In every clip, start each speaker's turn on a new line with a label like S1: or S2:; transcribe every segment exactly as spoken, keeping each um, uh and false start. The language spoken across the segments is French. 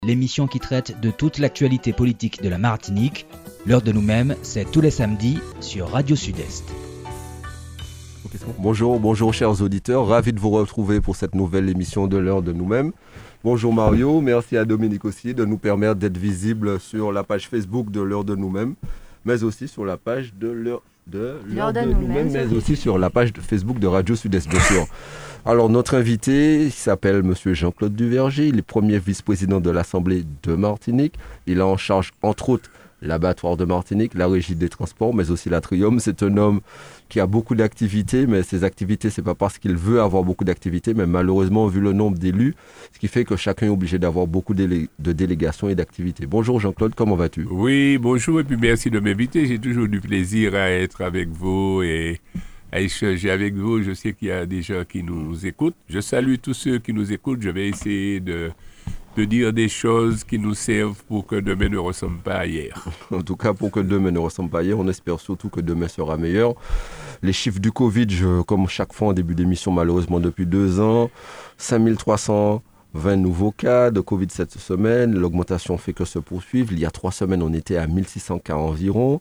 S1: l'émission qui traite de toute l'actualité politique de la Martinique. L'heure de nous-mêmes, c'est tous les samedis sur Radio Sud-Est.
S2: Bonjour, bonjour chers auditeurs, ravi de vous retrouver pour cette nouvelle émission de l'heure de nous-mêmes. Bonjour Mario, merci à Dominique aussi de nous permettre d'être visibles sur la page Facebook de l'heure de nous-mêmes, mais aussi sur la page de l'heure de, l'heure de, de nous-mêmes, mais aussi sur la page de Facebook de Radio Sud-Est, bien sûr. Alors notre invité, il s'appelle Monsieur Jean-Claude Duverger, il est premier vice-président de l'Assemblée de Martinique. Il a en charge, entre autres, l'abattoir de Martinique, la régie des transports, mais aussi l'Atrium. C'est un homme qui a beaucoup d'activités, mais ses activités, c'est pas parce qu'il veut avoir beaucoup d'activités, mais malheureusement, vu le nombre d'élus, ce qui fait que chacun est obligé d'avoir beaucoup de délégations et d'activités. Bonjour Jean-Claude, comment vas-tu ?
S3: Oui, bonjour et puis merci de m'inviter. J'ai toujours du plaisir à être avec vous et à échanger avec vous. Je sais qu'il y a des gens qui nous écoutent. Je salue tous ceux qui nous écoutent. Je vais essayer de... de dire des choses qui nous servent pour que demain ne ressemble pas à hier.
S2: En tout cas, pour que demain ne ressemble pas à hier, on espère surtout que demain sera meilleur. Les chiffres du Covid, je, comme chaque fois en début d'émission, malheureusement depuis deux ans, cinq mille trois cent vingt nouveaux cas de Covid cette semaine. L'augmentation fait que se poursuivre. Il y a trois semaines, on était à mille six cents cas environ.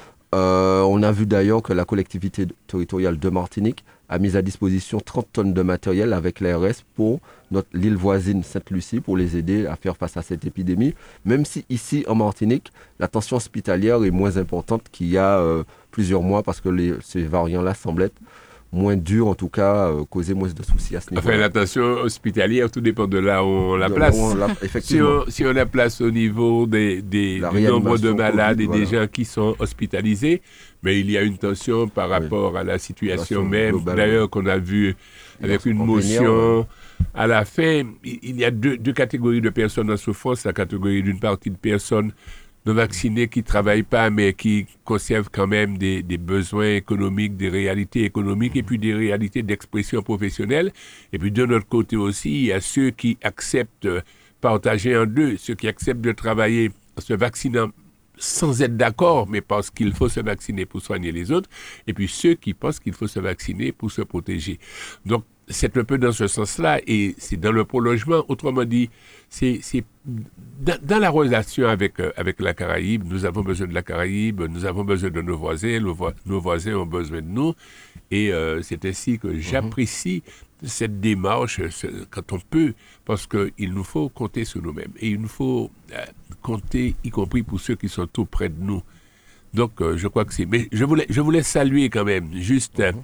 S2: Euh, on a vu d'ailleurs que la collectivité territoriale de Martinique a mis à disposition trente tonnes de matériel avec l'A R S pour notre l'île voisine Sainte-Lucie pour les aider à faire face à cette épidémie. Même si ici en Martinique, la tension hospitalière est moins importante qu'il y a euh, plusieurs mois parce que les, ces variants-là semblent être moins durs, en tout cas, euh, causer moins de soucis à ce niveau-là.
S3: Enfin, la tension hospitalière, tout dépend de là où on la de place. On la, effectivement. Si, on, si on la place au niveau des, des, du nombre de malades COVID, et voilà. des gens qui sont hospitalisés, mais il y a une tension par rapport oui. à la situation même. Globale, D'ailleurs, qu'on a vu avec une motion ouais. à la fin. Il y a deux, deux catégories de personnes en souffrance. La catégorie d'une partie de personnes non vaccinés qui ne travaillent pas, mais qui conservent quand même des, des besoins économiques, des réalités économiques et puis des réalités d'expression professionnelle. Et puis de notre côté aussi, il y a ceux qui acceptent, partager en deux, ceux qui acceptent de travailler en se vaccinant sans être d'accord, mais parce qu'il faut se vacciner pour soigner les autres, et puis ceux qui pensent qu'il faut se vacciner pour se protéger. Donc, c'est un peu dans ce sens-là, et c'est dans le prolongement. Autrement dit, c'est, c'est dans, dans la relation avec, euh, avec la Caraïbe, nous avons besoin de la Caraïbe, nous avons besoin de nos voisins, nos, vo- nos voisins ont besoin de nous, et euh, c'est ainsi que j'apprécie mmh. cette démarche ce, quand on peut, parce qu'il nous faut compter sur nous-mêmes, et il nous faut euh, compter, y compris pour ceux qui sont tout près de nous. Donc, euh, je crois que c'est... Mais je voulais, je voulais saluer quand même, juste... Euh,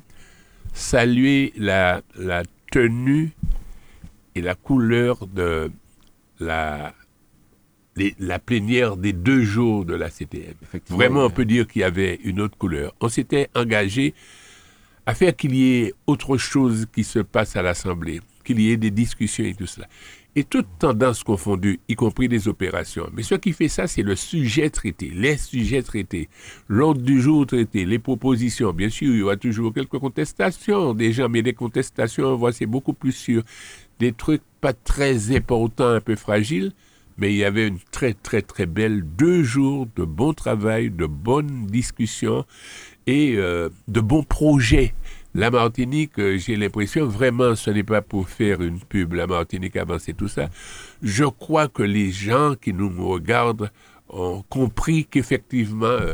S3: saluer la, la tenue et la couleur de la, les, la plénière des deux jours de la C T M. Vraiment, on peut dire qu'il y avait une autre couleur. On s'était engagé à faire qu'il y ait autre chose qui se passe à l'Assemblée, qu'il y ait des discussions et tout cela. Et toutes tendances confondues, y compris des opérations. Mais ce qui fait ça, c'est le sujet traité, les sujets traités, l'ordre du jour traité, les propositions. Bien sûr, il y aura toujours quelques contestations des gens, mais les contestations, on voit, c'est beaucoup plus sur des trucs pas très importants, un peu fragiles, mais il y avait une très, très, très belle deux jours de bon travail, de bonnes discussions et euh, de bons projets. La Martinique, euh, j'ai l'impression, vraiment, ce n'est pas pour faire une pub, la Martinique avance et tout ça. Je crois que les gens qui nous regardent ont compris qu'effectivement, euh,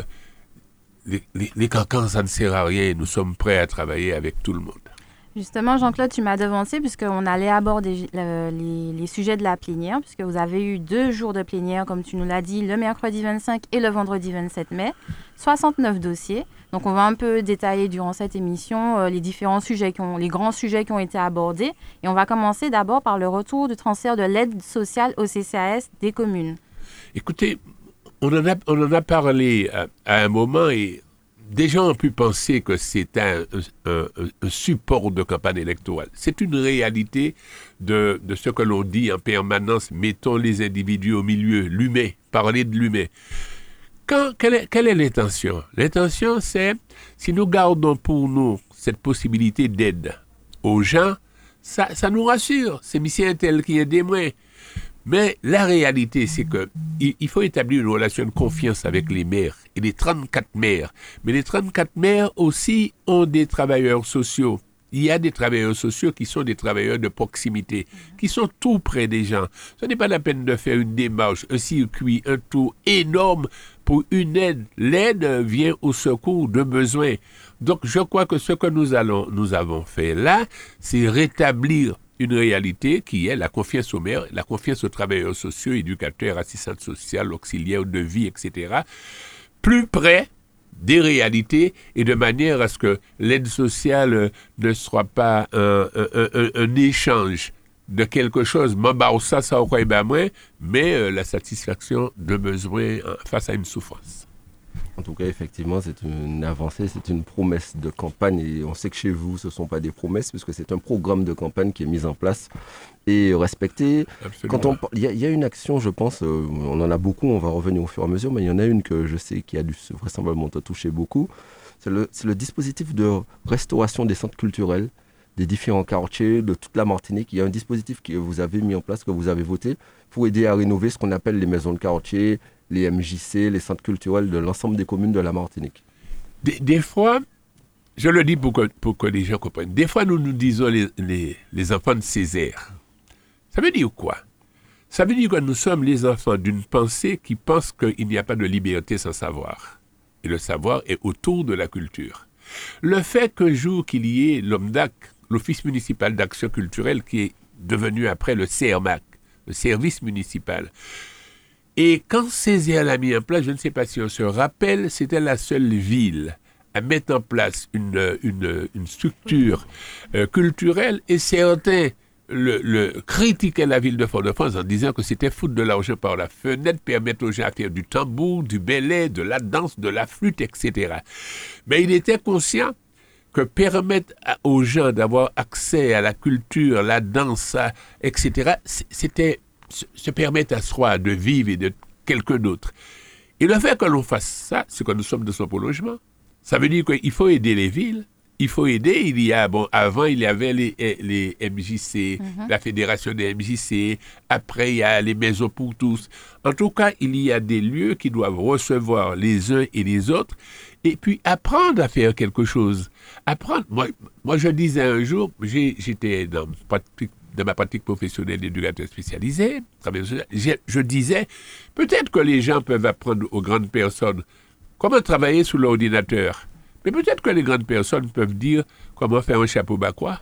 S3: les, les, les cancans, ça ne sert à rien. Nous sommes prêts à travailler avec tout le monde.
S4: Justement, Jean-Claude, tu m'as devancé puisqu'on allait aborder le, les, les sujets de la plénière, puisque vous avez eu deux jours de plénière, comme tu nous l'as dit, le mercredi vingt-cinq et le vendredi vingt-sept mai, soixante-neuf dossiers. Donc, on va un peu détailler durant cette émission euh, les différents sujets, qui ont, les grands sujets qui ont été abordés. Et on va commencer d'abord par le retour du transfert de l'aide sociale au C C A S des communes.
S3: Écoutez, on en a, on en a parlé à, à un moment et des gens ont pu penser que c'était un, un, un support de campagne électorale. C'est une réalité de, de ce que l'on dit en permanence. Mettons les individus au milieu, l'humain, parler de l'humain. Quand, quelle, est, quelle est l'intention ? L'intention, c'est, si nous gardons pour nous cette possibilité d'aide aux gens, ça, ça nous rassure. C'est monsieur un tel qui aide moins. Mais la réalité, c'est que il, il faut établir une relation de confiance avec les maires et les trente-quatre maires. Mais les trente-quatre maires aussi ont des travailleurs sociaux. Il y a des travailleurs sociaux qui sont des travailleurs de proximité, qui sont tout près des gens. Ce n'est pas la peine de faire une démarche, un circuit, un tour énorme pour une aide. L'aide vient au secours de besoins. Donc, je crois que ce que nous, allons, nous avons fait là, c'est rétablir une réalité qui est la confiance aux maires, la confiance aux travailleurs sociaux, éducateurs, assistants sociaux, auxiliaires de vie, et cetera, plus près des réalités et de manière à ce que l'aide sociale ne soit pas un, un, un, un échange de quelque chose, ça, ça, mais euh, la satisfaction de besoins face à une souffrance.
S2: En tout cas, effectivement, c'est une avancée, c'est une promesse de campagne. Et on sait que chez vous, ce ne sont pas des promesses, puisque c'est un programme de campagne qui est mis en place et respecté. Quand on, il y, y a une action, je pense, euh, on en a beaucoup, on va revenir au fur et à mesure, mais il y en a une que je sais qui a dû vraisemblablement te toucher beaucoup. C'est le, c'est le dispositif de restauration des centres culturels, des différents quartiers de toute la Martinique. Il y a un dispositif que vous avez mis en place, que vous avez voté, pour aider à rénover ce qu'on appelle les maisons de quartier, les M J C, les centres culturels de l'ensemble des communes de la Martinique.
S3: Des, des fois, je le dis pour que, pour que les gens comprennent, des fois nous nous disons les, les, les enfants de Césaire. Ça veut dire quoi? Ça veut dire que nous sommes les enfants d'une pensée qui pense qu'il n'y a pas de liberté sans savoir. Et le savoir est autour de la culture. Le fait qu'un jour qu'il y ait l'O M D A C, l'Office municipal d'action culturelle, qui est devenu après le C E R M A C, le service municipal. Et quand Césaire l'a mis en place, je ne sais pas si on se rappelle, c'était la seule ville à mettre en place une, une, une structure euh, culturelle, et certains le, le critiquaient la ville de Fort-de-France en disant que c'était foutre de l'argent par la fenêtre, permettre aux gens à faire du tambour, du ballet, de la danse, de la flûte, et cetera. Mais il était conscient que permettre aux gens d'avoir accès à la culture, la danse, et cetera, c'était se permettre à soi de vivre et de quelqu'un d'autre. Et le fait que l'on fasse ça, c'est que nous sommes de son prolongement. Ça veut dire qu'il faut aider les villes. Il faut aider. Il y a, bon, avant, il y avait les, les M J C, mm-hmm. la fédération des M J C. Après, il y a les maisons pour tous. En tout cas, il y a des lieux qui doivent recevoir les uns et les autres. Et puis, apprendre à faire quelque chose. Apprendre. Moi, moi je disais un jour, j'ai, j'étais dans, dans ma pratique professionnelle d'éducateur spécialisé, je, je disais, peut-être que les gens peuvent apprendre aux grandes personnes comment travailler sous l'ordinateur. Mais peut-être que les grandes personnes peuvent dire comment faire un chapeau bas-croix.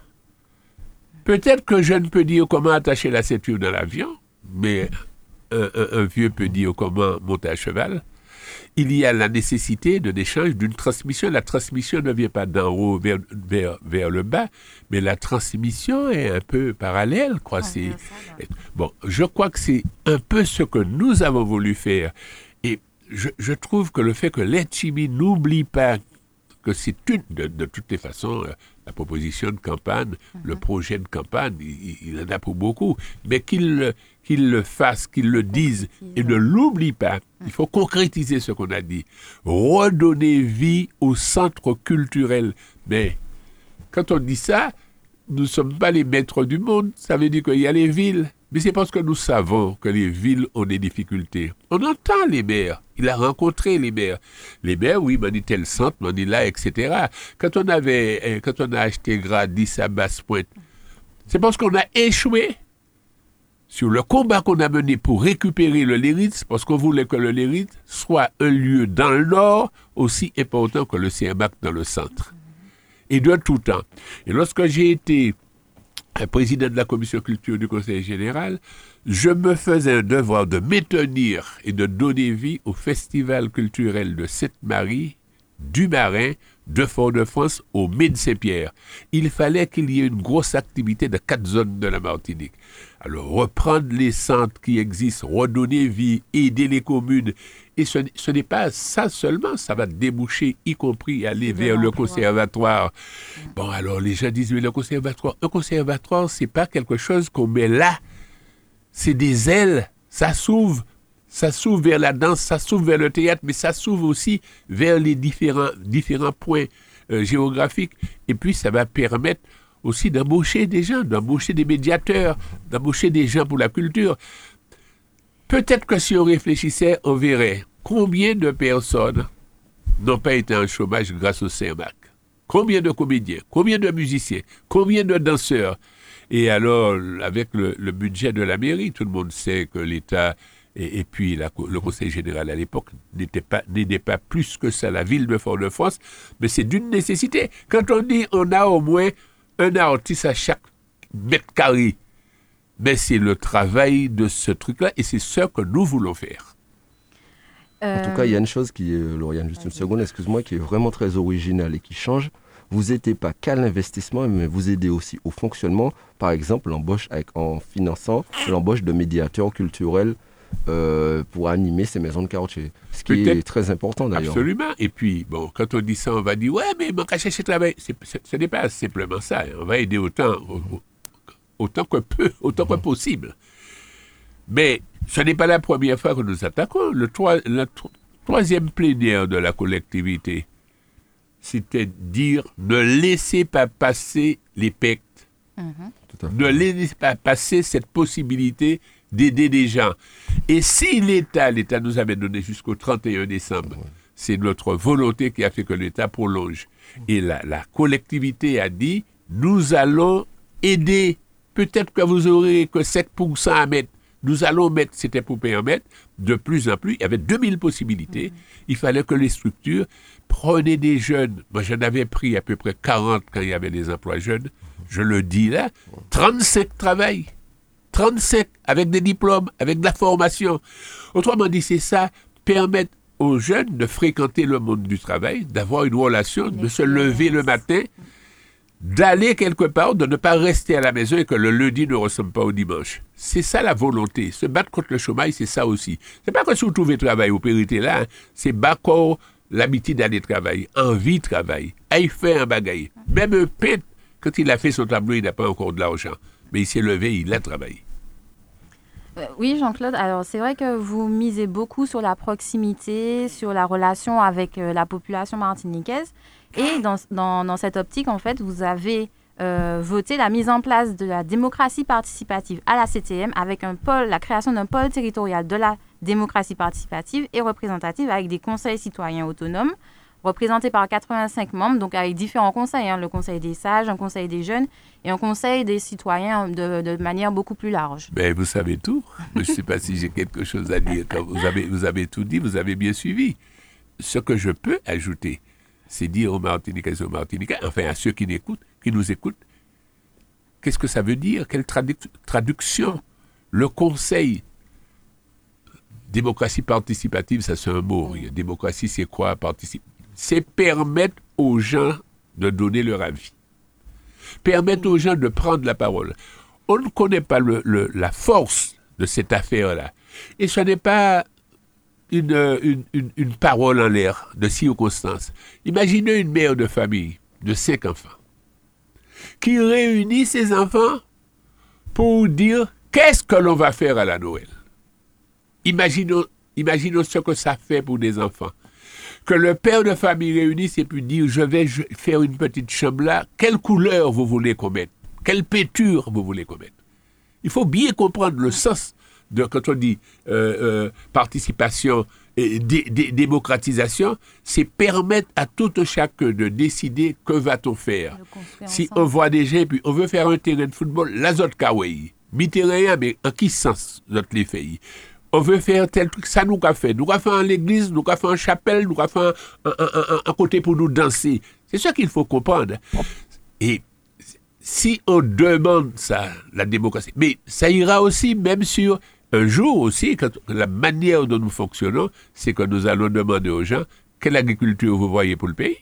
S3: Peut-être que je ne peux dire comment attacher la ceinture dans l'avion, mais un, un, un vieux peut dire comment monter à cheval. Il y a la nécessité de l'échange, d'une transmission. La transmission ne vient pas d'en haut vers, vers, vers le bas, mais la transmission est un peu parallèle, quoi. Ah, c'est, ça, bon, je crois que c'est un peu ce que nous avons voulu faire. Et je, je trouve que le fait que l'Etchimi n'oublie pas que c'est une, de, de toutes les façons, euh, la proposition de campagne, mm-hmm. le projet de campagne, il, il en a pour beaucoup, mais qu'il, qu'il le fasse, qu'il le dise et ne l'oublie pas. Il faut concrétiser ce qu'on a dit. Redonner vie au centre culturel. Mais quand on dit ça, nous ne sommes pas les maîtres du monde. Ça veut dire qu'il y a les villes. Mais c'est parce que nous savons que les villes ont des difficultés. On entend les maires. Il a rencontré les maires. Les maires, oui, m'ont dit tel centre, m'ont dit là, et cetera. Quand on avait, quand on a acheté Gradis à Basse-Pointe, c'est parce qu'on a échoué sur le combat qu'on a mené pour récupérer le Lérite, parce qu'on voulait que le Lérite soit un lieu dans le nord aussi important que le C M A C dans le centre. Et de tout temps. Et lorsque j'ai été président de la commission culture du Conseil général, je me faisais un devoir de maintenir et de donner vie au festival culturel de Sainte-Marie, du Marin, de Fort-de-France au Mide-Saint-Pierre. Il fallait qu'il y ait une grosse activité de quatre zones de la Martinique. Alors, reprendre les centres qui existent, redonner vie, aider les communes. Et ce, ce n'est pas ça seulement, ça va déboucher, y compris aller vers le conservatoire. Bon, alors, les gens disent, mais le conservatoire, un conservatoire, c'est pas quelque chose qu'on met là. C'est des ailes, ça s'ouvre. Ça s'ouvre vers la danse, ça s'ouvre vers le théâtre, mais ça s'ouvre aussi vers les différents, différents points euh, géographiques. Et puis, ça va permettre aussi d'embaucher des gens, d'embaucher des médiateurs, d'embaucher des gens pour la culture. Peut-être que si on réfléchissait, on verrait combien de personnes n'ont pas été en chômage grâce au C E R M A C. combien de comédiens, combien de musiciens, combien de danseurs. Et alors, avec le, le budget de la mairie, tout le monde sait que l'État et, et puis la, le Conseil général à l'époque n'était pas, n'aidait pas plus que ça la ville de Fort-de-France, mais c'est d'une nécessité. Quand on dit on a au moins un artiste à chaque mètre carré, mais c'est le travail de ce truc-là et c'est ce que nous voulons faire.
S2: Euh... En tout cas, il y a une chose qui est, Lauriane, juste une seconde, excuse-moi, qui est vraiment très originale et qui change. Vous n'aidez pas qu'à l'investissement, mais vous aidez aussi au fonctionnement. Par exemple, l'embauche avec, en finançant l'embauche de médiateurs culturels euh, pour animer ces maisons de quartier. Ce qui Peut-être, est très important d'ailleurs.
S3: Absolument. Et puis, bon, quand on dit ça, on va dire, ouais, mais mon cachet, c'est travail. C'est, c'est, ce n'est pas simplement ça. On va aider autant, autant que peu, autant que possible. Mais ce n'est pas la première fois que nous attaquons. Le, trois, le tro- troisième plénière de la collectivité, c'était dire ne laissez pas passer les pectes. Mm-hmm. Ne laissez pas passer cette possibilité d'aider des gens. Et si l'État, l'État nous avait donné jusqu'au trente et un décembre, ouais. C'est notre volonté qui a fait que l'État prolonge. Et la, la collectivité a dit, nous allons aider. Peut-être que vous aurez que sept pour cent à mettre. Nous allons mettre, c'était pour permettre, de plus en plus, il y avait deux mille possibilités. Mm-hmm. Il fallait que les structures prenaient des jeunes. Moi, j'en avais pris à peu près quarante quand il y avait des emplois jeunes. Je le dis là, trente-cinq travaillent. trente-cinq avec des diplômes, avec de la formation. Autrement dit, c'est ça, permettre aux jeunes de fréquenter le monde du travail, d'avoir une relation, de se lever le matin, d'aller quelque part, de ne pas rester à la maison et que le lundi ne ressemble pas au dimanche. C'est ça la volonté. Se battre contre le chômage, c'est ça aussi. C'est pas que si vous trouvez travail, vous péritez là, hein. C'est battre l'habitude d'aller travailler, envie de travailler, aille faire un bagaille. Même un peintre, quand il a fait son tableau, il n'a pas encore de l'argent. Mais il s'est levé, il a travaillé.
S4: Euh, oui, Jean-Claude. Alors, c'est vrai que vous misez beaucoup sur la proximité, sur la relation avec euh, la population martiniquaise. Et dans, dans, dans cette optique, en fait, vous avez euh, voté la mise en place de la démocratie participative à la C T M avec un pôle, la création d'un pôle territorial de la démocratie participative et représentative avec des conseils citoyens autonomes représentés par quatre-vingt-cinq membres, donc avec différents conseils, hein, le conseil des sages, un conseil des jeunes et un conseil des citoyens de, de manière beaucoup plus large.
S3: Ben, vous savez tout. Je ne sais pas si j'ai quelque chose à dire. Quand vous avez, vous avez tout dit, vous avez bien suivi. Ce que je peux ajouter, c'est dire aux Martiniquais et aux Martiniquais, enfin à ceux qui, n'écoutent, qui nous écoutent, qu'est-ce que ça veut dire? Quelle tradu- traduction? Le conseil, démocratie participative, ça c'est un mot. Démocratie, c'est quoi? Participe. C'est permettre aux gens de donner leur avis. Permettre aux gens de prendre la parole. On ne connaît pas le, le, la force de cette affaire-là. Et ce n'est pas une, une, une, une parole en l'air de circonstance. Imaginez une mère de famille de cinq enfants qui réunit ses enfants pour dire qu'est-ce que l'on va faire à la Noël. Imaginons, imaginons ce que ça fait pour des enfants. Que le père de famille réunisse et puis dire, je vais faire une petite chambre là, quelle couleur vous voulez qu'on mette? Quelle peinture vous voulez qu'on mette? Il faut bien comprendre le sens de, quand on dit euh, euh, participation et dé- dé- démocratisation, c'est permettre à tout un chacun de décider que va-t-on faire. Si on voit des gens et puis on veut faire un terrain de football, la zone kawaii, mi-terrain, mais en qui sens notre les filles? On veut faire tel truc, ça nous a fait. Nous avons fait en l'église, nous avons fait en chapelle, nous avons fait un, un, un, un côté pour nous danser. C'est ça qu'il faut comprendre. Et si on demande ça, la démocratie, mais ça ira aussi même sur un jour aussi, quand la manière dont nous fonctionnons, c'est que nous allons demander aux gens quelle agriculture vous voyez pour le pays.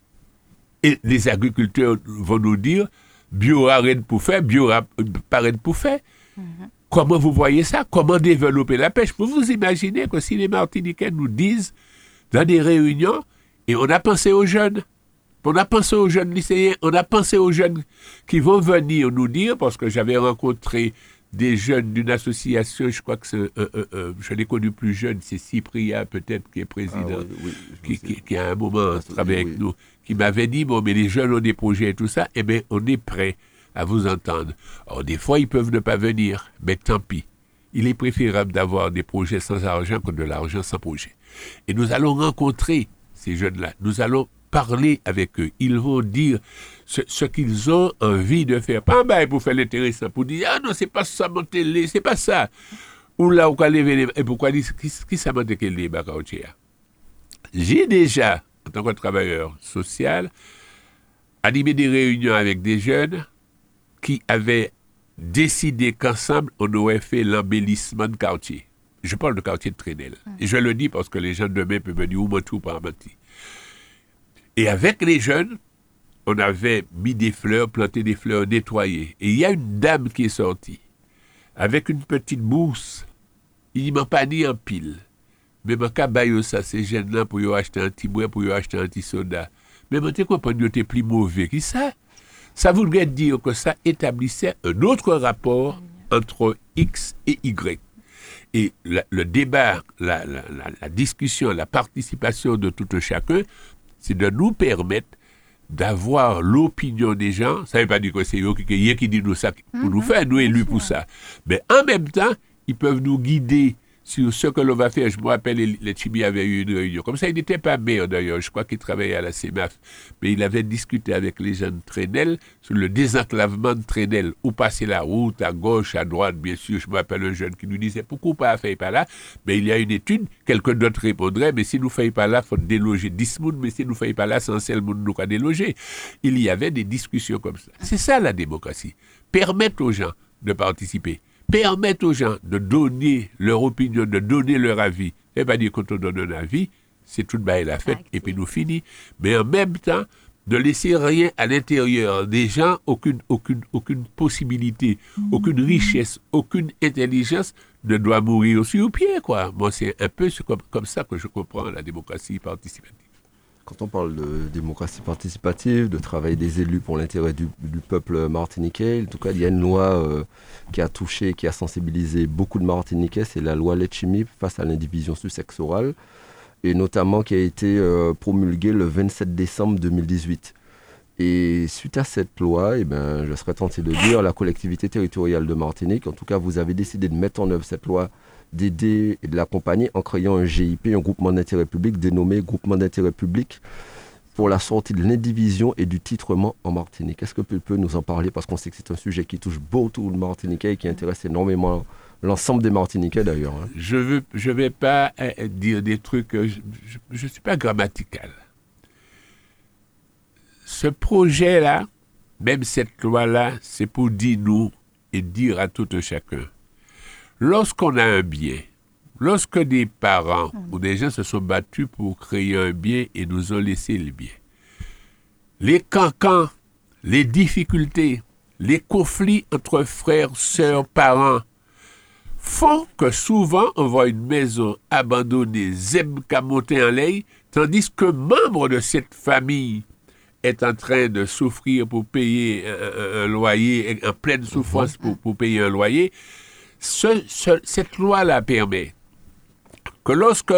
S3: Et les agriculteurs vont nous dire bio arrête pour faire, bio arrête pour faire. Mm-hmm. Comment vous voyez ça? Comment développer la pêche? Vous vous imaginez que si les Martiniquais nous disent dans des réunions, et on a pensé aux jeunes, on a pensé aux jeunes lycéens, on a pensé aux jeunes qui vont venir nous dire, parce que j'avais rencontré des jeunes d'une association, je crois que c'est, euh, euh, euh, je l'ai connu plus jeune, c'est Cyprien peut-être qui est président, ah, oui, oui, qui, qui, qui à un moment travaillait oui, avec oui. nous, qui m'avait dit, bon, mais les jeunes ont des projets et tout ça, eh bien, on est prêt à vous entendre. Alors, des fois, ils peuvent ne pas venir, mais tant pis. Il est préférable d'avoir des projets sans argent que de l'argent sans projet. Et nous allons rencontrer ces jeunes-là. Nous allons parler avec eux. Ils vont dire ce, ce qu'ils ont envie de faire. Pas ben, pour faire l'intéressant, pour dire « Ah non, c'est pas ça, mon télé, c'est pas ça. » Ou là, où lever les... Et pourquoi dire « Qui, qui ça m'a dit qu'il est, J'ai déjà, en tant que travailleur social, animé des réunions avec des jeunes qui avaient décidé qu'ensemble, on aurait fait l'embellissement de quartier. Je parle de quartier de Trenel. Et je le dis parce que les gens demain peuvent me dire « Où m'en tout par menti ?» Et avec les jeunes, on avait mis des fleurs, planté des fleurs, nettoyées. Et il y a une dame qui est sortie avec une petite mousse. Il m'a pas dit en pile. Mais je cabaye ça, ces jeunes-là, pour y acheter un petit bois, pour y acheter un petit soda. Mais je comprends que tu es plus mauvais que ça. Ça voudrait dire que ça établissait un autre rapport entre X et Y. Et la, le débat, la, la, la, la discussion, la participation de tout un chacun, c'est de nous permettre d'avoir l'opinion des gens. Ça ne veut pas dire que c'est eux qui, qui, qui disent nous ça pour mmh, nous faire, nous élus pour ça. Mais en même temps, ils peuvent nous guider sur ce que l'on va faire. Je me rappelle, les, les Chibi avaient eu une réunion. Comme ça, il n'était pas maire d'ailleurs. Je crois qu'il travaillait à la C E M A F. Mais il avait discuté avec les jeunes de Trenel sur le désenclavement de Trenel. Où passer la route, à gauche, à droite, bien sûr. Je me rappelle un jeune qui nous disait, pourquoi pas faire par là? Mais il y a une étude, quelqu'un d'autre répondrait, mais si nous ne faisons pas là, il faut déloger dix personnes, mais si nous ne faisons pas là, sans seul monde nous a déloger. Il y avait des discussions comme ça. C'est ça la démocratie. Permettre aux gens de participer. Permettre aux gens de donner leur opinion, de donner leur avis. Et pas dire quand on donne un avis, c'est tout bail la fête et puis nous finit. Mais en même temps, de laisser rien à l'intérieur des gens, aucune, aucune, aucune possibilité, aucune richesse, aucune intelligence ne doit mourir aussi au pied, quoi. Moi, c'est un peu comme, comme ça que je comprends la démocratie participative.
S2: Quand on parle de démocratie participative, de travail des élus pour l'intérêt du, du peuple martiniquais, en tout cas, il y a une loi euh, qui a touché, qui a sensibilisé beaucoup de Martiniquais, c'est la loi Letchimy face à l'indivision successorale, et notamment qui a été euh, promulguée le vingt-sept décembre deux mille dix-huit. Et suite à cette loi, eh ben, je serais tenté de dire, la collectivité territoriale de Martinique, en tout cas, vous avez décidé de mettre en œuvre cette loi, d'aider et de l'accompagner en créant un G I P, un groupement d'intérêt public dénommé Groupement d'intérêt public pour la sortie de l'indivision et du titrement en Martinique. Est-ce que tu peux nous en parler? Parce qu'on sait que c'est un sujet qui touche beaucoup de Martiniquais et qui intéresse énormément l'ensemble des Martiniquais d'ailleurs. Hein.
S3: Je ne je vais pas euh, dire des trucs, euh, je ne suis pas grammatical. Ce projet-là, même cette loi-là, c'est pour dire nous et dire à tout un chacun. Lorsqu'on a un bien, lorsque des parents mmh. ou des gens se sont battus pour créer un bien et nous ont laissé le bien, les cancans, les difficultés, les conflits entre frères, sœurs, parents font que souvent on voit une maison abandonnée, zeb camoté en l'air, tandis que membre de cette famille est en train de souffrir pour payer un, un, un loyer, en pleine souffrance mmh. pour, pour payer un loyer. Ce, ce, cette loi-là permet que lorsque,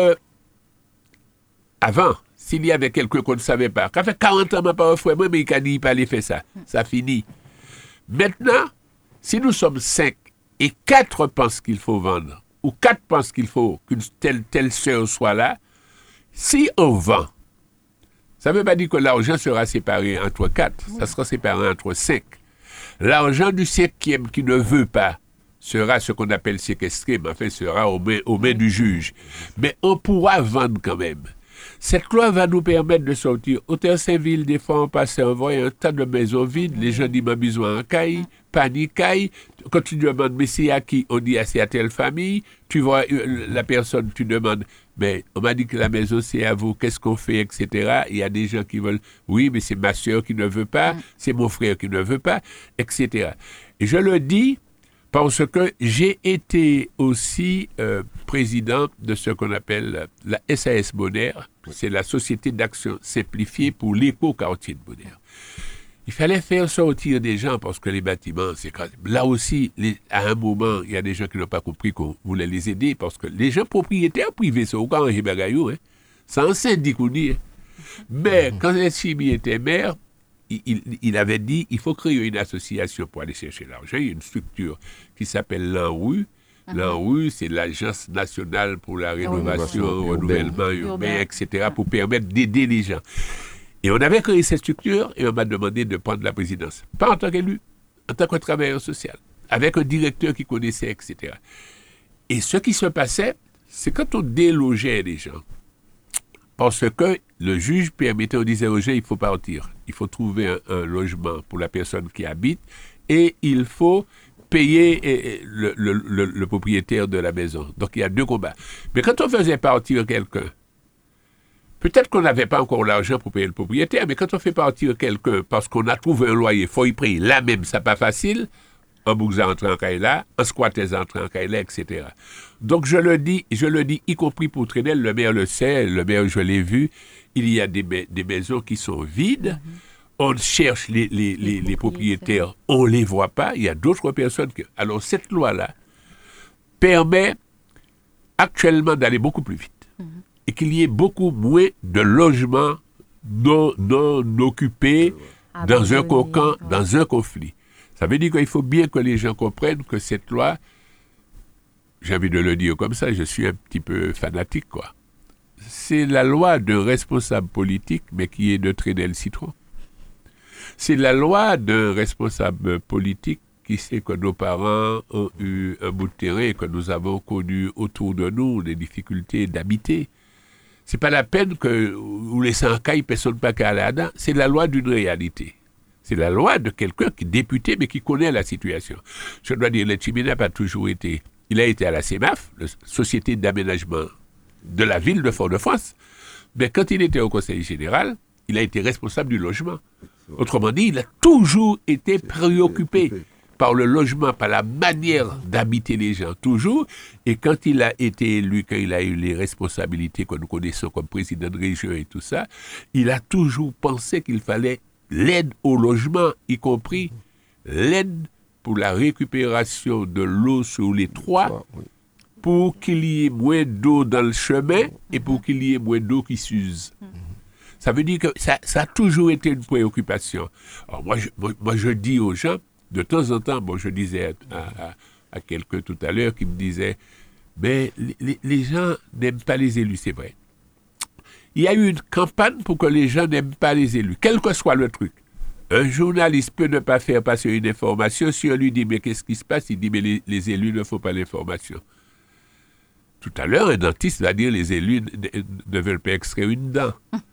S3: avant, s'il y avait quelqu'un qu'on ne savait pas, qu'à fait quarante ans, ma pas frère, moi, mais il a dit, il fallait faire ça. Ça finit. Maintenant, si nous sommes cinq et quatre pensent qu'il faut vendre, ou quatre pensent qu'il faut qu'une telle, telle sœur soit là, si on vend, ça ne veut pas dire que l'argent sera séparé entre quatre, ça sera séparé entre cinq. L'argent du cinquième qui ne veut pas sera ce qu'on appelle séquestré, mais en fait sera aux mains, aux mains du juge. Mais on pourra vendre quand même. Cette loi va nous permettre de sortir. Hauteur-Saint-Ville, des fois, on passe en voyant un tas de maisons vides. Les gens disent, ma besoin en caille, panique-caille. Quand tu demandes, mais c'est à qui? On dit, ah, c'est à telle famille. Tu vois la personne, tu demandes, mais on m'a dit que la maison, c'est à vous. Qu'est-ce qu'on fait, et cetera. Il y a des gens qui veulent, oui, mais c'est ma soeur qui ne veut pas, c'est mon frère qui ne veut pas, et cetera. Et je le dis, parce que j'ai été aussi euh, président de ce qu'on appelle la S A S Bonaire, c'est la Société d'Action Simplifiée pour l'éco-quartier de Bonaire. Il fallait faire sortir des gens parce que les bâtiments, c'est là aussi, les, à un moment, il y a des gens qui n'ont pas compris qu'on voulait les aider parce que les gens propriétaires privés, c'est au cas où hein, sans syndic ou ni. Mais quand les Chimi était maire, Il, il, il avait dit qu'il faut créer une association pour aller chercher l'argent. Il y a une structure qui s'appelle l'ANRU. Uh-huh. L'ANRU, c'est l'Agence nationale pour la rénovation, le renouvellement urbain, urbain, et cetera, pour permettre d'aider les gens. Et on avait créé cette structure et on m'a demandé de prendre la présidence. Pas en tant qu'élu, en tant que travailleur social, avec un directeur qui connaissait, et cetera. Et ce qui se passait, c'est quand on délogeait les gens, parce que le juge permettait, on disait aux gens, il faut partir, il faut trouver un, un logement pour la personne qui habite et il faut payer le, le, le, le propriétaire de la maison. Donc il y a deux combats. Mais quand on faisait partir quelqu'un, peut-être qu'on n'avait pas encore l'argent pour payer le propriétaire, mais quand on fait partir quelqu'un parce qu'on a trouvé un loyer, il faut y payer, là même, ça n'est pas facile, un bourgeois entre en Kaila, un squatter entre en Kaila, et cetera. Donc je le dis, je le dis, y compris pour Trénel, le maire le sait, le maire, je l'ai vu, il y a des, des maisons qui sont vides, mm-hmm. On cherche les, les, les, les propriétaires, on ne les voit pas, il y a d'autres personnes que... Alors cette loi-là permet actuellement d'aller beaucoup plus vite. Mm-hmm. Et qu'il y ait beaucoup moins de logements non, non occupés ah, dans bon, un cocon, oui. dans un conflit. Ça veut dire qu'il faut bien que les gens comprennent que cette loi, j'ai envie de le dire comme ça, je suis un petit peu fanatique, quoi. C'est la loi d'un responsable politique, mais qui est de Trénel Citron. C'est la loi d'un responsable politique qui sait que nos parents ont eu un bout de terrain et que nous avons connu autour de nous des difficultés d'habiter. C'est pas la peine que vous laissez un caille, personne pas qu'à aller dedans. C'est la loi d'une réalité. C'est la loi de quelqu'un qui est député, mais qui connaît la situation. Je dois dire, le Tchimina n'a pas toujours été... Il a été à la C E M A F, la Société d'aménagement de la ville de Fort-de-France. Mais quand il était au Conseil général, il a été responsable du logement. Autrement dit, il a toujours été préoccupé par le logement, par la manière d'habiter les gens, toujours. Et quand il a été élu, quand il a eu les responsabilités que nous connaissons comme président de région et tout ça, il a toujours pensé qu'il fallait l'aide au logement, y compris l'aide pour la récupération de l'eau sur les toits, pour qu'il y ait moins d'eau dans le chemin et pour qu'il y ait moins d'eau qui s'use. Ça veut dire que ça, ça a toujours été une préoccupation. Alors moi, je, moi, moi, je dis aux gens, de temps en temps, bon, je disais à, à, à quelqu'un tout à l'heure qui me disait, mais les, les gens n'aiment pas les élus, c'est vrai. Il y a eu une campagne pour que les gens n'aiment pas les élus, quel que soit le truc. Un journaliste peut ne pas faire passer une information, si on lui dit, mais qu'est-ce qui se passe? Il dit, mais les, les élus ne font pas l'information. Tout à l'heure, un dentiste va dire, les élus ne, ne veulent pas extraire une dent.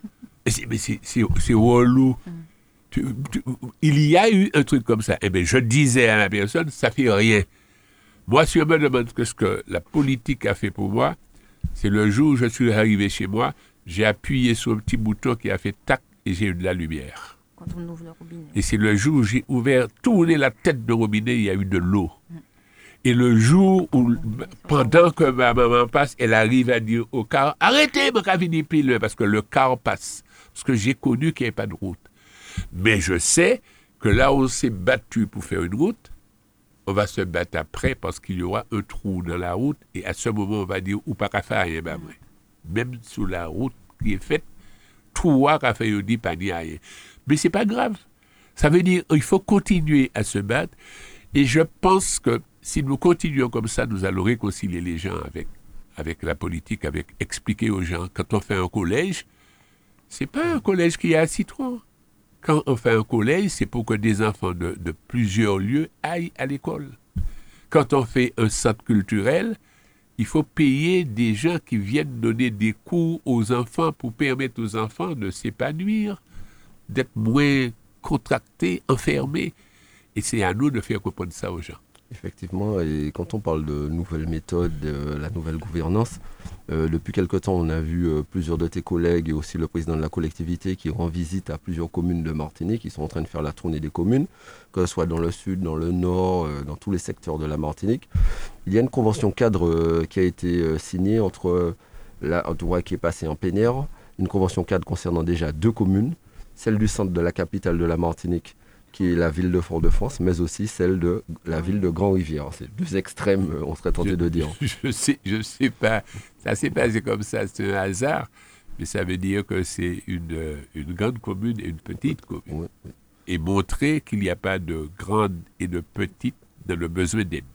S3: Mais c'est, c'est, c'est relou. Mm. Tu, tu, il y a eu un truc comme ça. Eh bien, je disais à la personne, ça ne fait rien. Moi, si on me demande ce que la politique a fait pour moi, c'est le jour où je suis arrivé chez moi, j'ai appuyé sur un petit bouton qui a fait tac et j'ai eu de la lumière.
S4: Quand on ouvre le robinet.
S3: Et c'est le jour où j'ai ouvert, tourné la tête de robinet, il y a eu de l'eau. Mm. Et le jour où, pendant que ma maman passe, elle arrive à dire au car, arrêtez, mon cavini pile, parce que le car passe. Parce que j'ai connu qu'il n'y avait pas de route. Mais je sais que là où on s'est battu pour faire une route, on va se battre après parce qu'il y aura un trou dans la route et à ce moment, on va dire, ou pas qu'à faire rien, ben, même sur la route qui est faite, trou à fait, on dit pas ni rien. Mais c'est pas grave. Ça veut dire qu'il faut continuer à se battre et je pense que si nous continuons comme ça, nous allons réconcilier les gens avec, avec la politique, avec expliquer aux gens, quand on fait un collège, c'est pas un collège qui est à Citron. Quand on fait un collège, c'est pour que des enfants de, de plusieurs lieux aillent à l'école. Quand on fait un centre culturel, il faut payer des gens qui viennent donner des cours aux enfants pour permettre aux enfants de s'épanouir, d'être moins contractés, enfermés. Et c'est à nous de faire comprendre ça aux gens.
S2: Effectivement, et quand on parle de nouvelles méthodes, de la nouvelle gouvernance, euh, depuis quelque temps, on a vu euh, plusieurs de tes collègues et aussi le président de la collectivité qui rend visite à plusieurs communes de Martinique, qui sont en train de faire la tournée des communes, que ce soit dans le sud, dans le nord, euh, dans tous les secteurs de la Martinique. Il y a une convention cadre euh, qui a été euh, signée entre, euh, la, en tout cas, qui est passée en plénière, une convention cadre concernant déjà deux communes, celle du centre de la capitale de la Martinique, qui est la ville de Fort-de-France, mais aussi celle de la ville de Grand-Rivière. C'est deux extrêmes, on serait tenté
S3: je,
S2: de dire.
S3: Je sais, je sais pas. Ça s'est passé comme ça, c'est un hasard, mais ça veut dire que c'est une, une grande commune et une petite commune. Oui, oui. Et montrer qu'il n'y a pas de grande et de petite dans le besoin d'aide.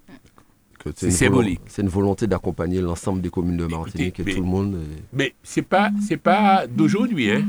S2: C'est, c'est symbolique. Volo- c'est une volonté d'accompagner l'ensemble des communes de Martinique et, mais, tout le monde. Est...
S3: Mais c'est pas, c'est pas d'aujourd'hui, hein.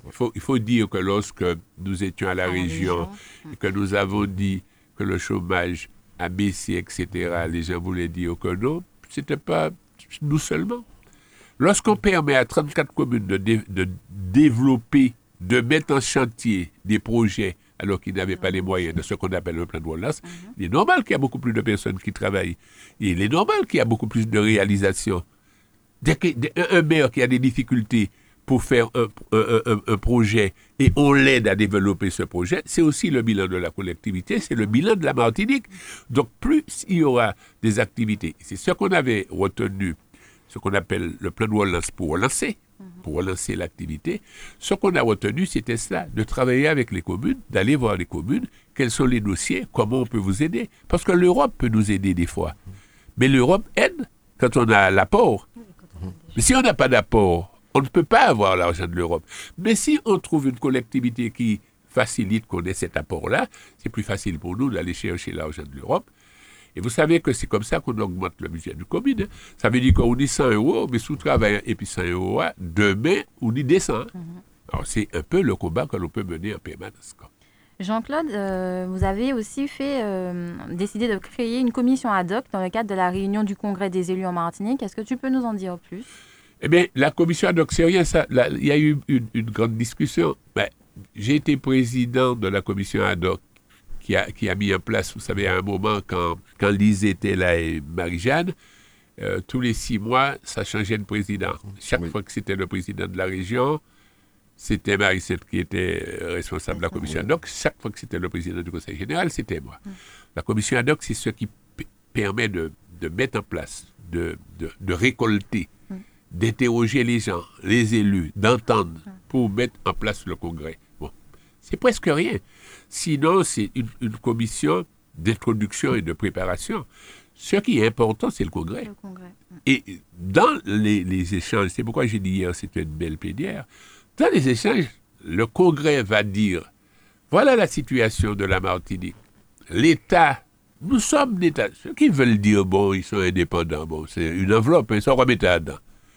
S3: Il faut, il faut dire que lorsque nous étions à la, à région, la région et que nous avons dit que le chômage a baissé, et cetera, les gens voulaient dire que non, ce n'était pas nous seulement. Lorsqu'on permet à trente-quatre communes de, dé, de développer, de mettre en chantier des projets alors qu'ils n'avaient pas les moyens de ce qu'on appelle le plan de relance, mm-hmm. il est normal qu'il y a beaucoup plus de personnes qui travaillent. Il est normal qu'il y a beaucoup plus de réalisations. Dès que, dès, un maire qui a des difficultés pour faire un, un, un, un projet et on l'aide à développer ce projet, c'est aussi le bilan de la collectivité, c'est le bilan de la Martinique. Donc plus il y aura des activités, c'est ce qu'on avait retenu, ce qu'on appelle le plan de relance pour relancer, pour relancer l'activité. Ce qu'on a retenu, c'était cela, de travailler avec les communes, d'aller voir les communes, quels sont les dossiers, comment on peut vous aider. Parce que l'Europe peut nous aider des fois. Mais l'Europe aide quand on a l'apport. Mais si on n'a pas d'apport, on ne peut pas avoir l'argent de l'Europe. Mais si on trouve une collectivité qui facilite qu'on ait cet apport-là, c'est plus facile pour nous d'aller chercher l'argent de l'Europe. Et vous savez que c'est comme ça qu'on augmente le budget du commune. Hein. Ça veut dire qu'on dit cent euros, mais sous travail et puis cent euros, demain, on y descend. Mm-hmm. Alors c'est un peu le combat que l'on peut mener en permanence.
S4: Jean-Claude, euh, vous avez aussi fait euh, décider de créer une commission ad hoc dans le cadre de la réunion du Congrès des élus en Martinique. Est-ce que tu peux nous en dire plus?
S3: Eh bien, la commission ad hoc, c'est rien, ça. Là, il y a eu une, une grande discussion. Ben, j'ai été président de la commission ad hoc qui a, qui a mis en place, vous savez, à un moment, quand, quand Lise était là et Marie-Jeanne, euh, tous les six mois, ça changeait de président. Chaque oui. fois que c'était le président de la région, c'était Marie-Cette qui était responsable de la commission ad hoc. Chaque fois que c'était le président du conseil général, c'était moi. Mm. La commission ad hoc, c'est ce qui p- permet de, de mettre en place, de, de, de récolter, mm. d'interroger les gens, les élus, d'entendre mm. pour mettre en place le congrès. Bon, c'est presque rien. Sinon, c'est une, une commission d'introduction et de préparation. Ce qui est important, c'est le congrès.
S4: Le congrès. Mm.
S3: Et dans les, les échanges, c'est pourquoi j'ai dit hier, c'était une belle plénière. Dans les échanges, le Congrès va dire, voilà la situation de la Martinique. L'État, nous sommes l'État. Ceux qui veulent dire, bon, ils sont indépendants, bon, c'est une enveloppe, ils sont remettés là-dedans.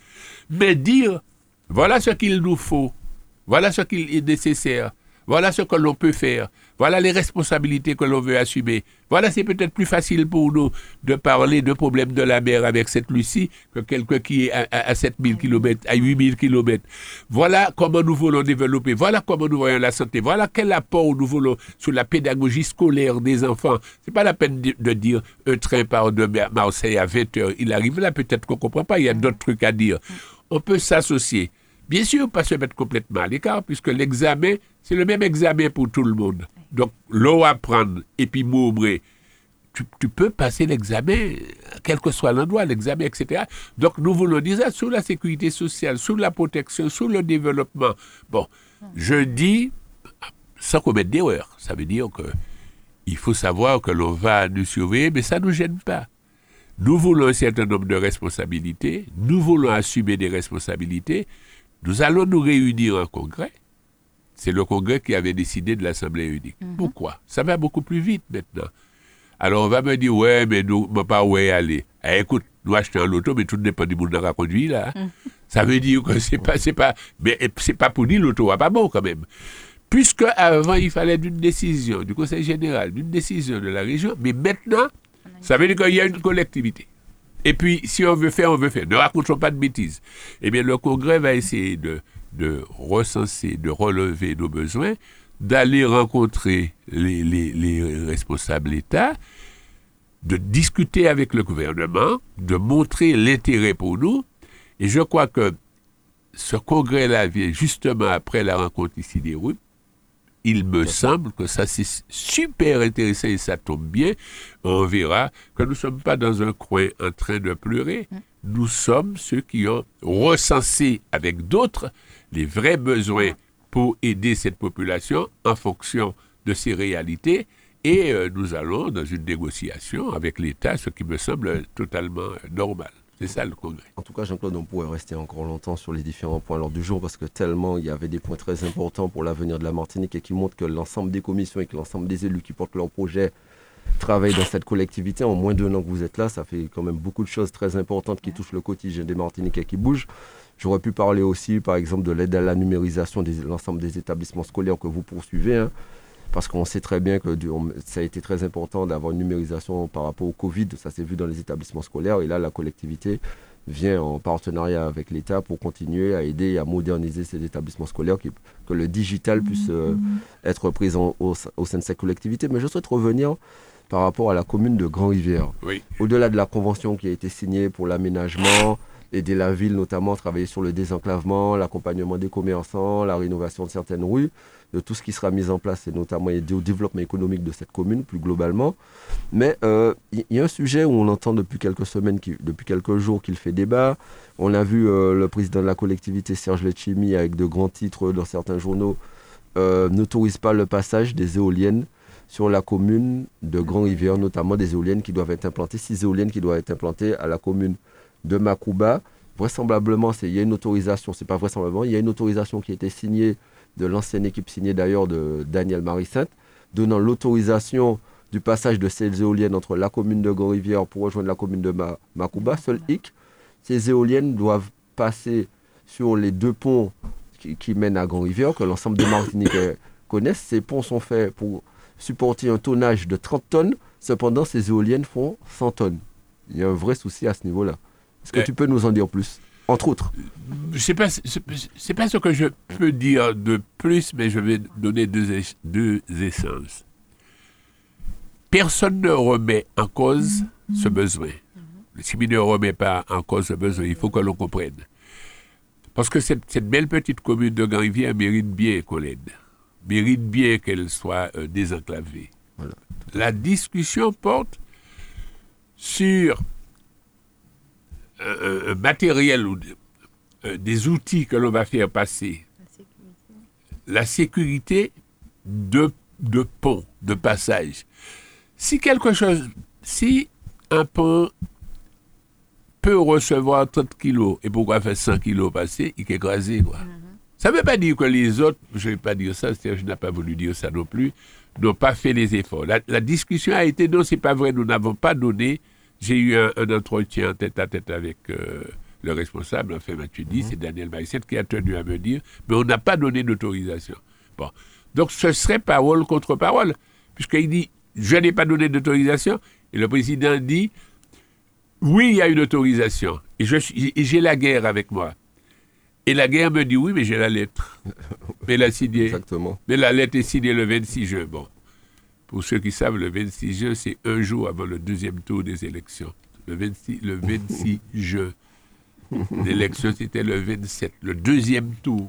S3: Mais dire, voilà ce qu'il nous faut, voilà ce qu'il est nécessaire, voilà ce que l'on peut faire, voilà les responsabilités que l'on veut assumer. Voilà, c'est peut-être plus facile pour nous de parler de problèmes de la mer avec cette Lucie que quelqu'un qui est à, à, à sept mille kilomètres, à huit mille kilomètres. Voilà comment nous voulons développer, voilà comment nous voyons la santé, voilà quel apport nous voulons sur la pédagogie scolaire des enfants. C'est pas la peine de, de dire un train part de Marseille à vingt heures, il arrive là, peut-être qu'on comprend pas, il y a d'autres trucs à dire. On peut s'associer. Bien sûr, pas se mettre complètement à l'écart, puisque l'examen, c'est le même examen pour tout le monde. Donc, l'eau à prendre et puis m'ouvrir, tu, tu peux passer l'examen, quel que soit l'endroit, l'examen, et cetera. Donc, nous voulons dire ça sur la sécurité sociale, sur la protection, sur le développement. Bon, je dis, sans commettre d'erreur, ça veut dire qu'il faut savoir que l'on va nous surveiller, mais ça ne nous gêne pas. Nous voulons un certain nombre de responsabilités, nous voulons assumer des responsabilités. Nous allons nous réunir en congrès. C'est le congrès qui avait décidé de l'Assemblée unique. Mm-hmm. Pourquoi? Ça va beaucoup plus vite maintenant. Alors on va me dire, ouais, mais nous, ne pas où aller. Eh, écoute, nous achetons un loto, mais tout dépend du monde qui a conduit là. Mm-hmm. Ça veut dire que c'est pas, c'est pas, mais c'est pas pour dire l'auto, pas bon quand même. Puisque avant il fallait d'une décision du Conseil général, d'une décision de la région, mais maintenant, ça veut dire qu'il y a une collectivité. Et puis, si on veut faire, on veut faire. Ne racontons pas de bêtises. Eh bien, le Congrès va essayer de, de recenser, de relever nos besoins, d'aller rencontrer les, les, les responsables d'État, de discuter avec le gouvernement, de montrer l'intérêt pour nous. Et je crois que ce Congrès-là vient justement après la rencontre ici des R U P. Il me semble que ça, c'est super intéressant et ça tombe bien. On verra que nous ne sommes pas dans un coin en train de pleurer. Nous sommes ceux qui ont recensé avec d'autres les vrais besoins pour aider cette population en fonction de ses réalités. Et euh, nous allons dans une négociation avec l'État, ce qui me semble totalement normal. C'est ça le congrès.
S2: En tout cas, Jean-Claude, on pourrait rester encore longtemps sur les différents points lors du jour parce que tellement il y avait des points très importants pour l'avenir de la Martinique et qui montrent que l'ensemble des commissions et que l'ensemble des élus qui portent leur projet travaillent dans cette collectivité. En moins d'un an que vous êtes là, ça fait quand même beaucoup de choses très importantes qui touchent le quotidien des Martiniquais qui bougent. J'aurais pu parler aussi, par exemple, de l'aide à la numérisation de l'ensemble des établissements scolaires que vous poursuivez, hein, parce qu'on sait très bien que ça a été très important d'avoir une numérisation par rapport au Covid. Ça s'est vu dans les établissements scolaires. Et là, la collectivité vient en partenariat avec l'État pour continuer à aider et à moderniser ces établissements scolaires, qui, que le digital puisse euh, être présent au, au sein de ces collectivités. Mais je souhaite revenir par rapport à la commune de Grand-Rivière.
S3: Oui.
S2: Au-delà de la convention qui a été signée pour l'aménagement, aider la ville notamment, travailler sur le désenclavement, l'accompagnement des commerçants, la rénovation de certaines rues, de tout ce qui sera mis en place et notamment aider au développement économique de cette commune plus globalement. Mais il euh, y, y a un sujet où on entend depuis quelques semaines, qui, depuis quelques jours qu'il fait débat. On a vu euh, le président de la collectivité, Serge Letchimy, avec de grands titres dans certains journaux, euh, n'autorise pas le passage des éoliennes sur la commune de Grand-Rivière, notamment des éoliennes qui doivent être implantées, six éoliennes qui doivent être implantées à la commune de Makouba. Vraisemblablement, il y a une autorisation, c'est pas vraisemblablement, il y a une autorisation qui a été signée de l'ancienne équipe, signée d'ailleurs de Daniel Marie-Sainte, donnant l'autorisation du passage de ces éoliennes entre la commune de Grand-Rivière pour rejoindre la commune de Ma- Makouba. Seul hic, ces éoliennes doivent passer sur les deux ponts qui, qui mènent à Grand-Rivière, que l'ensemble des Martiniquais connaissent. Ces ponts sont faits pour supporter un tonnage de trente tonnes, cependant ces éoliennes font cent tonnes. Il y a un vrai souci à ce niveau-là. Est-ce que euh, tu peux nous en dire plus, entre autres?
S3: Je sais pas, c'est, c'est pas ce que je peux dire de plus, mais je vais donner deux, deux essences. Personne ne remet en cause mmh. ce besoin. Mmh. Si il ne remet pas en cause ce besoin, il faut que l'on comprenne. Parce que cette, cette belle petite commune de Grand-Rivière mérite bien qu'on l'aide. Mérite bien qu'elle soit euh, désenclavée. Voilà. La discussion porte sur un, un matériel ou euh, des outils que l'on va faire passer. La sécurité, La sécurité de, de pont, de passage. Si quelque chose, si un pont peut recevoir trente kilos et pourquoi faire cent kilos passer, il est écrasé, quoi. Mm-hmm. Ça ne veut pas dire que les autres, je ne vais pas dire ça, c'est-à-dire je n'ai pas voulu dire ça non plus, n'ont pas fait les efforts. La, la discussion a été, non, c'est pas vrai, nous n'avons pas donné. J'ai eu un, un entretien tête à tête avec euh, le responsable, enfin Mathieu dit, mmh. c'est Daniel Marie-Sainte qui a tenu à me dire, mais on n'a pas donné d'autorisation. Bon. Donc ce serait parole contre parole, puisqu'il dit, je n'ai pas donné d'autorisation, et le président dit, oui, il y a une autorisation, et, je, et j'ai la guerre avec moi. Et la guerre me dit, oui, mais j'ai la lettre. Mais la signée. Exactement. Mais la lettre est signée le vingt-six juin. Bon. Pour ceux qui savent, le vingt-six juin, c'est un jour avant le deuxième tour des élections. Le vingt-six, le vingt-six juin. L'élection, c'était le vingt-sept, le deuxième tour.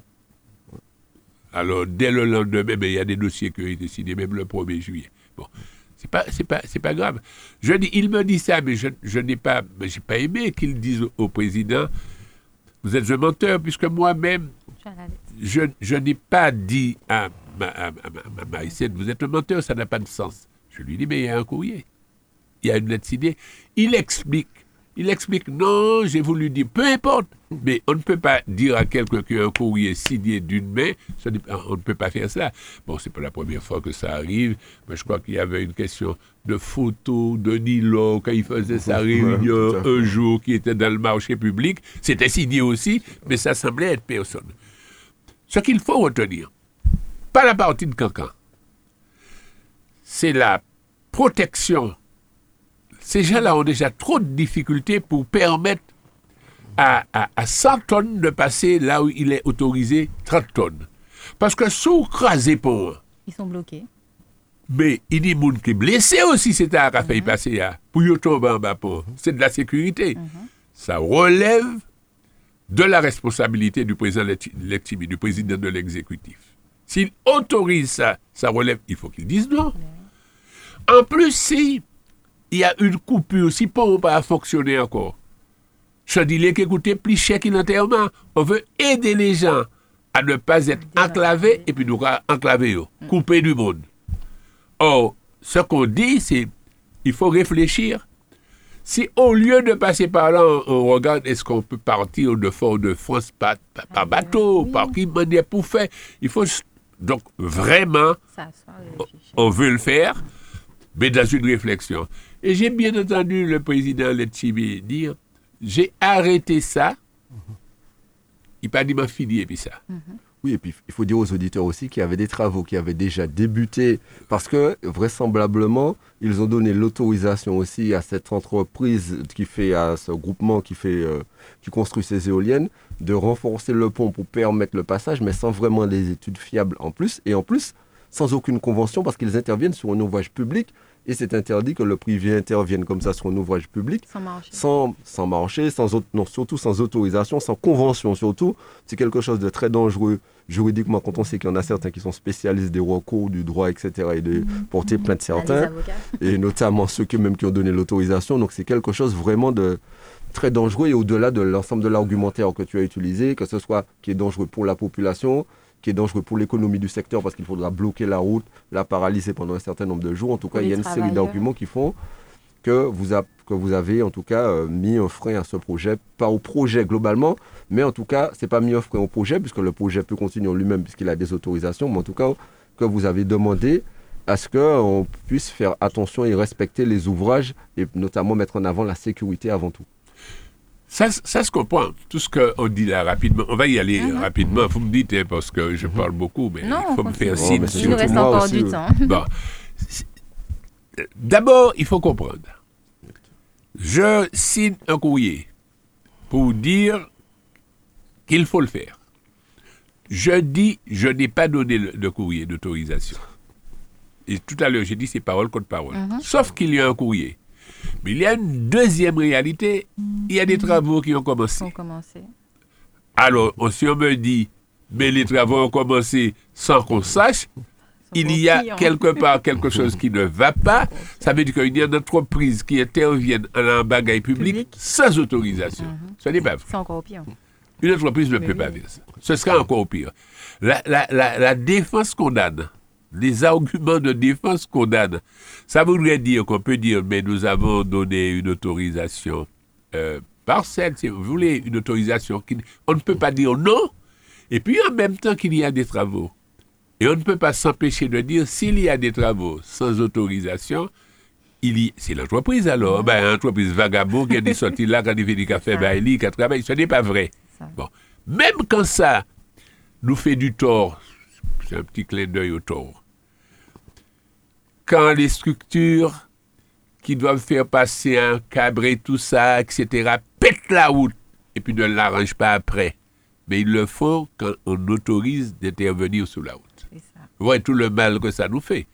S3: Alors, dès le lendemain, il y a des dossiers qui ont été signés, même le premier juillet. Bon. C'est pas, c'est pas, c'est pas grave. Je dis, il me dit ça, mais je, je n'ai pas, mais j'ai pas aimé qu'il dise au, au président, vous êtes un menteur, puisque moi-même, je, je n'ai pas dit à ma, à, à, à, à Marie-Sainte, vous êtes un menteur, ça n'a pas de sens. Je lui dis, mais il y a un courrier. Il y a une lettre signée. Il explique. Il explique, non, j'ai voulu dire, peu importe, mais on ne peut pas dire à quelqu'un qu'il y a un courrier signé d'une main, on ne peut pas faire ça. Bon, c'est pas la première fois que ça arrive, mais je crois qu'il y avait une question de photo de Nilo, quand il faisait sa réunion un jour, qui était dans le marché public, c'était signé aussi, mais ça semblait être personne. Ce qu'il faut retenir, pas la partie de Cancan, c'est la protection. Ces gens-là ont déjà trop de difficultés pour permettre à, à, à cent tonnes de passer là où il est autorisé trente tonnes. Parce que sous crasé pour
S4: ils sont bloqués.
S3: Mais il dit moun qui est blessé aussi, c'est à mm-hmm. faire passer là. Pour y tomber en bas pour. C'est de la sécurité. Mm-hmm. Ça relève de la responsabilité du président Letchimy, du président de l'exécutif. S'il autorise ça, ça relève. Il faut qu'il dise non. Mm-hmm. En plus, si il y a une coupure, si pont pas fonctionner encore. Je dis les qu'écoutez, plus cher qu'il l'enterrement. On veut aider les gens à ne pas être enclavés et puis nous enclaver, mm. couper du monde. Or, ce qu'on dit, c'est il faut réfléchir. Si au lieu de passer par là, on, on regarde est-ce qu'on peut partir de Fort-de-France par, par, par bateau, oui. par qui manière pour faire. Il faut donc vraiment, on, on veut le faire, mais dans une réflexion. Et j'ai bien entendu le président Letchimy dire, j'ai arrêté ça Il pas dit m'a fini et puis ça.
S2: Mm-hmm. Oui, et puis il faut dire aux auditeurs aussi qu'il y avait des travaux qui avaient déjà débuté parce que vraisemblablement, ils ont donné l'autorisation aussi à cette entreprise qui fait, à ce groupement qui fait, euh, qui construit ces éoliennes, de renforcer le pont pour permettre le passage, mais sans vraiment des études fiables en plus. Et en plus, sans aucune convention parce qu'ils interviennent sur un ouvrage public et c'est interdit que le privé intervienne comme ça sur un ouvrage public
S4: sans marcher,
S2: sans, sans, marcher, sans non, surtout sans autorisation, sans convention surtout. C'est quelque chose de très dangereux juridiquement quand on sait qu'il y en a certains qui sont spécialistes des recours, du droit, et cetera et de mmh. porter plainte certains et notamment ceux qui, même qui ont donné l'autorisation. Donc c'est quelque chose vraiment de très dangereux et au-delà de l'ensemble de l'argumentaire que tu as utilisé, que ce soit qui est dangereux pour la population, qui est dangereux pour l'économie du secteur parce qu'il faudra bloquer la route, la paralyser pendant un certain nombre de jours. En tout cas, il y a une série d'arguments qui font que vous, a, que vous avez en tout cas euh, mis un frein à ce projet, pas au projet globalement, mais en tout cas, ce n'est pas mis un frein au projet puisque le projet peut continuer en lui-même puisqu'il a des autorisations, mais en tout cas, que vous avez demandé à ce qu'on puisse faire attention et respecter les ouvrages et notamment mettre en avant la sécurité avant tout.
S3: Ça, ça se comprend. Tout ce qu'on dit là rapidement, on va y aller mm-hmm. rapidement. Vous me dites, hein, parce que je parle beaucoup, mais non, il faut me faire signe.
S4: Oh, il nous reste encore aussi, du oui. temps.
S3: Bon. D'abord, il faut comprendre. Je signe un courrier pour dire qu'il faut le faire. Je dis, je n'ai pas donné le, le courrier d'autorisation. Et tout à l'heure, j'ai dit c'est parole contre parole. Mm-hmm. Sauf qu'il y a un courrier. Mais il y a une deuxième réalité, il y a des travaux qui ont commencé.
S4: Ont commencé.
S3: Alors, si on me dit, mais les travaux ont commencé sans qu'on sache, il y a quelque part quelque chose qui ne va pas. Ça veut dire qu'il y a une entreprise qui intervient en bagaille public, public sans autorisation. Mm-hmm. Ce n'est pas vrai.
S4: C'est encore pire.
S3: Une entreprise ne mais peut oui. pas faire ça. Ce sera encore pire. La, la, la, la défense condamne. Les arguments de défense condamnent. Ça voudrait dire qu'on peut dire, mais nous avons donné une autorisation euh, partielle, si vous voulez, une autorisation. Qui, on ne peut pas dire non, et puis en même temps qu'il y a des travaux. Et on ne peut pas s'empêcher de dire, s'il y a des travaux sans autorisation, il y, c'est l'entreprise alors. Ben, l'entreprise vagabond qui a des sorties là, qui a fait du café, ben, il qui a travaillé. Ce n'est pas vrai. Bon. Même quand ça nous fait du tort, c'est un petit clin d'œil au tort. Quand les structures qui doivent faire passer un cabré, tout ça, et cetera, pètent la route et puis ne l'arrangent pas après. Mais il le faut quand on autorise d'intervenir sur la route. Vous voyez tout le mal que ça nous fait.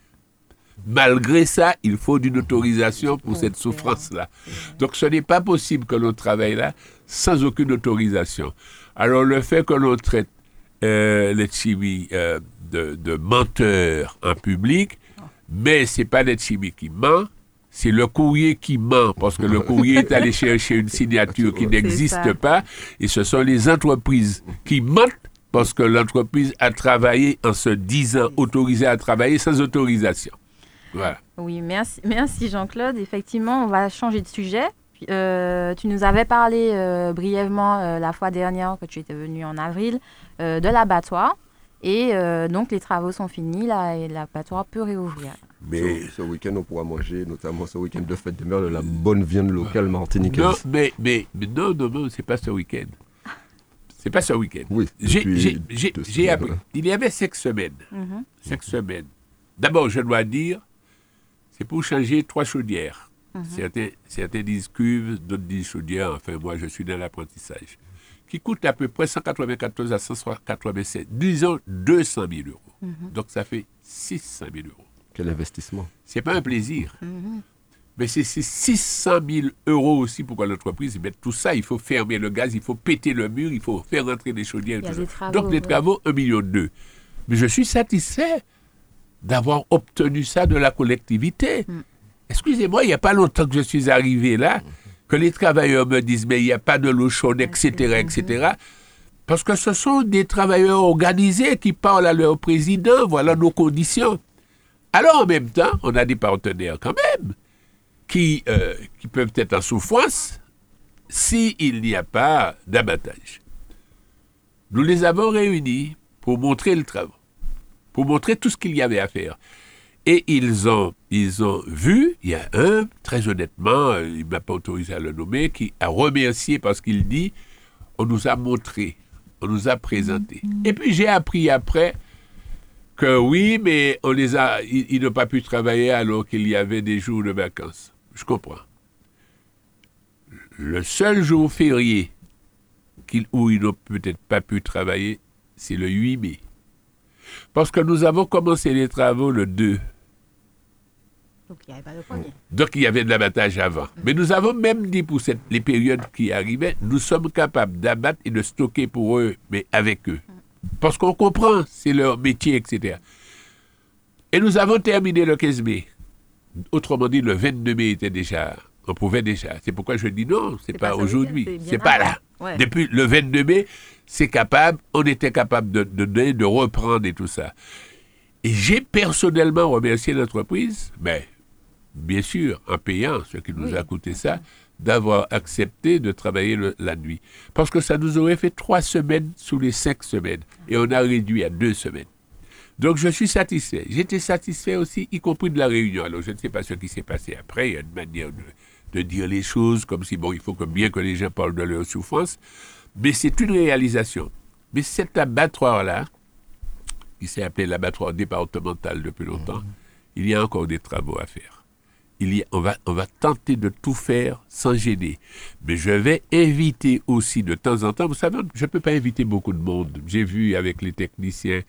S3: Malgré ça, il faut d'une autorisation pour cette souffrance-là. Donc ce n'est pas possible que l'on travaille là sans aucune autorisation. Alors le fait que l'on traite euh, les chimies euh, de, de menteurs en public, mais ce n'est pas les chimies qui ment, c'est le courrier qui ment, parce que le courrier est allé chercher une signature qui n'existe pas, et ce sont les entreprises qui mentent, parce que l'entreprise a travaillé en se disant autorisée à travailler sans autorisation. Voilà.
S4: Oui, merci, merci Jean-Claude. Effectivement, on va changer de sujet. Euh, tu nous avais parlé euh, brièvement euh, la fois dernière, que tu étais venu en avril, euh, de l'abattoir. Et euh, donc, les travaux sont finis là, et l'abattoir peut réouvrir.
S2: Mais ce, ce week-end, on pourra manger, notamment ce week-end de fête des mères, de la bonne viande locale martiniquaise.
S3: Non, mais, mais, mais non, non, non, c'est pas ce week-end. C'est pas ce week-end.
S2: Oui,
S3: j'ai, j'ai, j'ai, j'ai appris. Là. Il y avait cinq semaines. Mm-hmm. Cinq semaines. D'abord, je dois dire, c'est pour changer trois chaudières. Mm-hmm. Certains, certains disent cuves, d'autres disent chaudières. Enfin, moi, je suis dans l'apprentissage. Qui coûte à peu près cent quatre-vingt-quatorze à cent quatre-vingt-sept, disons deux cent mille euros. Mm-hmm. Donc, ça fait six cent mille euros.
S2: Quel investissement.
S3: C'est pas un plaisir. Mm-hmm. Mais c'est, c'est six cent mille euros aussi pour que l'entreprise mette tout ça. Il faut fermer le gaz, il faut péter le mur, il faut faire rentrer des chaudières. Tout ça. Travaux, donc, les ouais. travaux, un million deux. Mais je suis satisfait d'avoir obtenu ça de la collectivité. Mm. Excusez-moi, il n'y a pas longtemps que je suis arrivé là, mm. que les travailleurs me disent, mais il n'y a pas de l'eau chaude, et cetera, et cetera. Parce que ce sont des travailleurs organisés qui parlent à leur président, voilà nos conditions. Alors, en même temps, on a des partenaires quand même qui, euh, qui peuvent être en souffrance s'il n'y a pas d'abattage. Nous les avons réunis pour montrer le travail, pour montrer tout ce qu'il y avait à faire. Et ils ont, ils ont vu, il y a un, très honnêtement, il ne m'a pas autorisé à le nommer, qui a remercié parce qu'il dit, on nous a montré On nous a présenté. Et puis j'ai appris après que oui, mais on les a, ils, ils n'ont pas pu travailler alors qu'il y avait des jours de vacances. Je comprends. Le seul jour férié qu'il, où ils n'ont peut-être pas pu travailler, c'est le huit mai. Parce que nous avons commencé les travaux le deux.
S4: Donc il n'y avait pas de premier.
S3: Donc il y avait de l'abattage avant. Mais nous avons même dit pour cette, les périodes qui arrivaient, nous sommes capables d'abattre et de stocker pour eux, mais avec eux. Parce qu'on comprend, c'est leur métier, et cetera. Et nous avons terminé le quinze mai. Autrement dit, le vingt-deux mai était déjà, on pouvait déjà. C'est pourquoi je dis non, c'est, c'est pas, pas aujourd'hui, c'est, c'est pas là. Ouais. Depuis le vingt-deux mai, c'est capable, on était capable de, de, de, de reprendre et tout ça. Et j'ai personnellement remercié l'entreprise, mais bien sûr, en payant ce qui nous oui. a coûté ça, d'avoir accepté de travailler le, la nuit. Parce que ça nous aurait fait trois semaines sous les cinq semaines. Et on a réduit à deux semaines. Donc, je suis satisfait. J'étais satisfait aussi, y compris de la réunion. Alors, je ne sais pas ce qui s'est passé après. Il y a une manière de, de dire les choses comme si, bon, il faut que bien que les gens parlent de leur souffrance. Mais c'est une réalisation. Mais cet abattoir-là, qui s'est appelé l'abattoir départemental depuis longtemps, mmh. il y a encore des travaux à faire. Il y a, on, va, on va tenter de tout faire sans gêner. Mais je vais inviter aussi de temps en temps, vous savez, je ne peux pas inviter beaucoup de monde. J'ai vu avec les techniciens,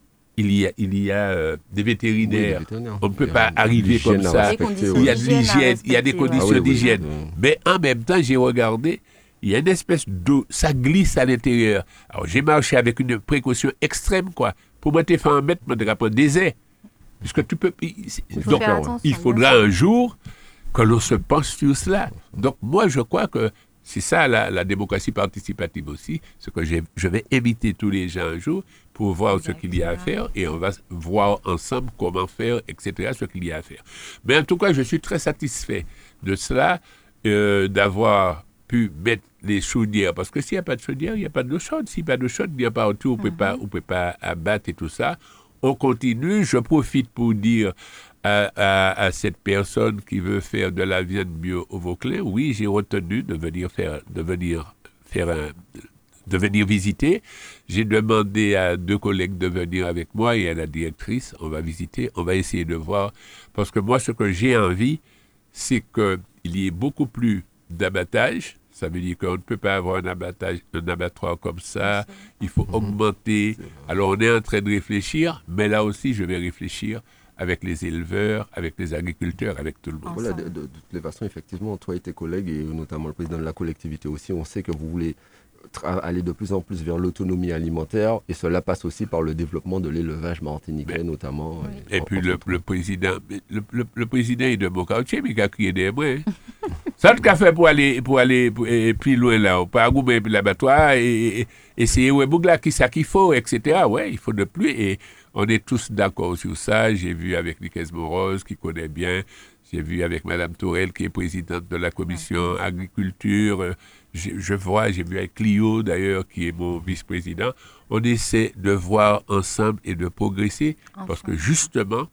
S3: il y a, il y a euh, des vétérinaires. Oui, on ne peut pas arriver comme ça. Il y a de l'hygiène, il y a des conditions ouais. d'hygiène. Ah, oui, oui. Mais en même temps, j'ai regardé, il y a une espèce d'eau, ça glisse à l'intérieur. Alors, j'ai marché avec une précaution extrême, quoi. Pour moi, t'es fait un mètre, moi, je vais des airs. Puisque tu peux. Il, donc, il faudra un jour que l'on se penche sur cela. Donc, moi, je crois que c'est ça la, la démocratie participative aussi, ce que j'ai, je vais inviter tous les gens un jour pour voir ce qu'il y a à faire et on va voir ensemble comment faire, et cetera, ce qu'il y a à faire. Mais en tout cas, je suis très satisfait de cela, euh, d'avoir pu mettre les chaudières. Parce que s'il n'y a pas de chaudière, il n'y a pas d'eau chaude. S'il n'y a pas d'eau chaude, il n'y a pas autour, on ne mm-hmm. peut pas abattre et tout ça. On continue. Je profite pour dire à, à, à cette personne qui veut faire de la viande bio au Vauclin, oui, j'ai retenu de venir faire, de venir faire un, de venir visiter. J'ai demandé à deux collègues de venir avec moi et à la directrice. On va visiter, on va essayer de voir. Parce que moi, ce que j'ai envie, c'est qu'il y ait beaucoup plus d'abattage. Ça veut dire qu'on ne peut pas avoir un abattage, un abattoir comme ça. Il faut mmh. augmenter. Alors, on est en train de réfléchir, mais là aussi, je vais réfléchir avec les éleveurs, avec les agriculteurs, avec tout le monde.
S2: Voilà, de, de, de toutes les façons, effectivement, toi et tes collègues, et notamment le président de la collectivité aussi, on sait que vous voulez tra- aller de plus en plus vers l'autonomie alimentaire, et cela passe aussi par le développement de l'élevage martiniquais, mais, notamment.
S3: Oui. Et, et en, puis, en le, le, président, le, le, le président est de mon quartier, mais il a crié des mots. Ça, le café pour aller, pour aller pour, et, plus loin là, pas agoumer l'abattoir et essayer ouais, bougla qui ça qu'il faut, et cetera. Ouais, il faut de plus et on est tous d'accord sur ça. J'ai vu avec Nicaise Morose qui connaît bien. J'ai vu avec Madame Tourelle qui est présidente de la commission agriculture. Je, je vois, j'ai vu avec Clio d'ailleurs qui est mon vice-président. On essaie de voir ensemble et de progresser enfin. Parce que justement,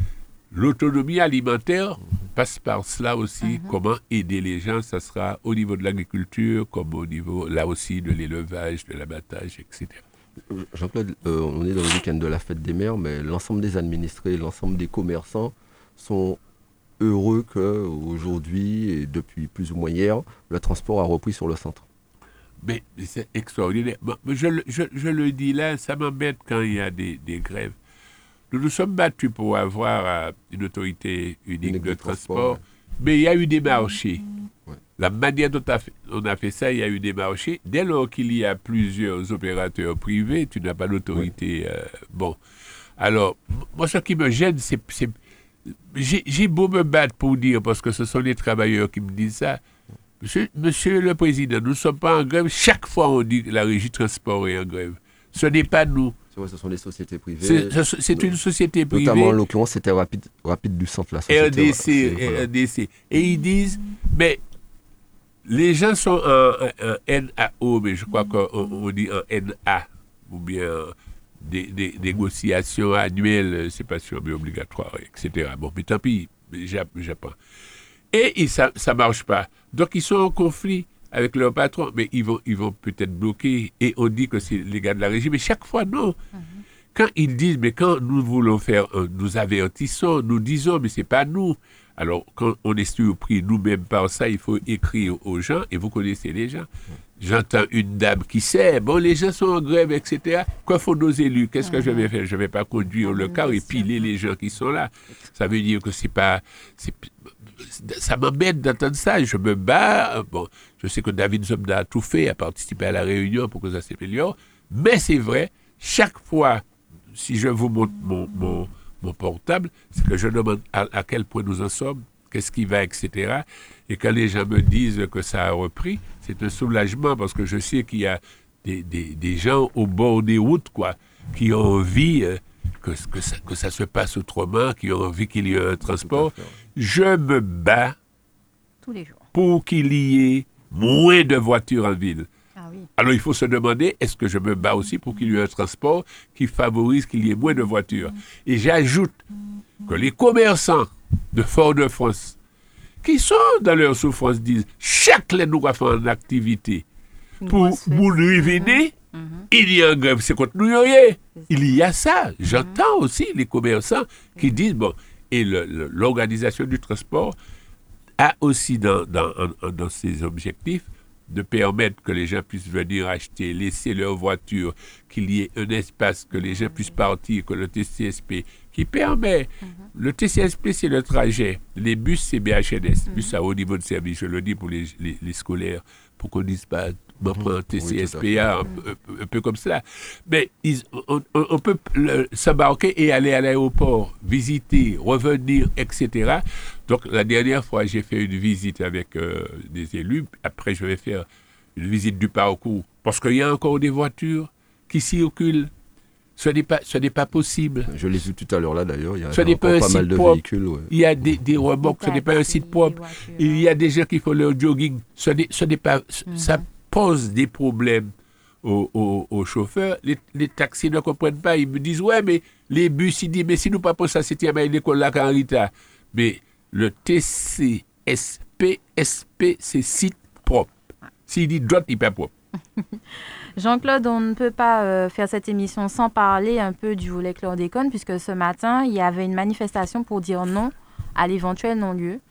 S3: l'autonomie alimentaire passe par cela aussi. Mm-hmm. Comment aider les gens, ça sera au niveau de l'agriculture, comme au niveau, là aussi, de l'élevage, de l'abattage, et cetera.
S2: Jean-Claude, euh, on est dans le week-end de la fête des mères, mais l'ensemble des administrés, l'ensemble des commerçants sont heureux qu'aujourd'hui, et depuis plus ou moins hier, le transport a repris sur le centre.
S3: Mais c'est extraordinaire. Je, je, je le dis là, ça m'embête quand il y a des, des grèves. Nous nous sommes battus pour avoir euh, une autorité unique, unique de, de transport, transport ouais. Mais il y a eu des marchés. Ouais. La manière dont on a fait ça, il y a eu des marchés. Dès lors qu'il y a plusieurs opérateurs privés, tu n'as pas l'autorité. Ouais. Euh, bon. Alors, moi, ce qui me gêne, c'est... c'est j'ai, j'ai beau me battre pour dire, parce que ce sont les travailleurs qui me disent ça. Monsieur, monsieur le Président, nous ne sommes pas en grève. Chaque fois, on dit que la régie transport est en grève. Ce n'est pas nous.
S2: Ouais, ce sont des sociétés privées.
S3: C'est, c'est, c'est une société privée.
S2: Notamment, en l'occurrence, c'était Rapide, Rapide du Centre, la société.
S3: R D C, voilà. R D C. Et ils disent, mais les gens sont en, en N A O, mais je crois qu'on on dit en N A, ou bien des, des négociations annuelles, c'est pas sûr, mais obligatoire, et cetera. Bon, mais tant pis, j'apprends. Et, et ça ne marche pas. Donc, ils sont en conflit. avec leur patron, mais ils vont, ils vont peut-être bloquer, et on dit que c'est les gars de la régie, mais chaque fois, non. Mm-hmm. Quand ils disent, mais quand nous voulons faire, euh, nous avertissons, nous disons, mais c'est pas nous. Alors, quand on est surpris nous-mêmes par ça, il faut écrire aux gens, et vous connaissez les gens. J'entends une dame qui sait, bon, les gens sont en grève, et cetera. Quoi font nos élus? Qu'est-ce que je vais faire? Je ne vais pas conduire le car et piler les gens qui sont là. Ça veut dire que c'est pas... C'est, ça m'embête d'entendre ça. Je me bats. Bon, je sais que David Zobda a tout fait, a participé à la réunion pour que ça s'améliore. Mais c'est vrai, chaque fois, si je vous montre mon, mon, mon portable, c'est que je demande à, à quel point nous en sommes, qu'est-ce qui va, et cetera. Et quand les gens me disent que ça a repris, c'est un soulagement parce que je sais qu'il y a des, des, des gens au bord des routes, quoi, qui ont envie euh, que, que, ça, que ça se passe autrement, qui ont envie qu'il y ait un transport. Je me bats
S4: tous les jours
S3: pour qu'il y ait moins de voitures en ville.
S4: Ah oui.
S3: Alors il faut se demander, est-ce que je me bats aussi pour qu'il y ait un transport qui favorise qu'il y ait moins de voitures? Et j'ajoute que les commerçants de Fort-de-France, qui sont dans leur souffrance, disent chaque les nous fait en activité pour nous revenir, mm-hmm. il y a un grève, c'est contre nous. Il y a ça. J'entends mm-hmm. aussi les commerçants qui mm-hmm. disent, bon, et le, le, l'organisation du transport a aussi dans, dans, dans ses objectifs de permettre que les gens puissent venir acheter, laisser leur voiture, qu'il y ait un espace, que les gens puissent partir, que le T C S P, qui permet, mm-hmm. le T C S P c'est le trajet, les bus c'est B H N S, mm-hmm. bus à haut niveau de service, je le dis pour les, les, les scolaires, pour qu'on dise pas, on prend un T C S P A, oui, un, un, un peu comme ça. Mais ils, on, on peut le, s'embarquer et aller à l'aéroport, visiter, revenir, et cetera. Donc, la dernière fois, j'ai fait une visite avec euh, des élus. Après, je vais faire une visite du parcours. Parce qu'il y a encore des voitures qui circulent. Ce n'est pas, ce n'est pas possible.
S2: Je l'ai vu tout à l'heure là, d'ailleurs. Il y a
S3: ce n'est pas, un
S2: pas mal
S3: site
S2: de
S3: propre.
S2: véhicules. Ouais.
S3: Il y a des, des remorques. Ce n'est pas un site propre. Il y a des gens qui font leur jogging. Ce n'est, ce n'est pas... Mm-hmm. Ça pose des problèmes aux, aux, aux chauffeurs. Les, les taxis ne comprennent pas. Ils me disent, ouais, mais les bus, ils disent, mais si nous pas pour ça, c'est à l'école là, en Rita. Mais... le T C S P, S P, c'est site propre. S'il dit d'autres, il n'est pas propre.
S4: Jean-Claude, on ne peut pas euh, faire cette émission sans parler un peu du volet chlordécone, puisque ce matin, il y avait une manifestation pour dire non à l'éventuel non-lieu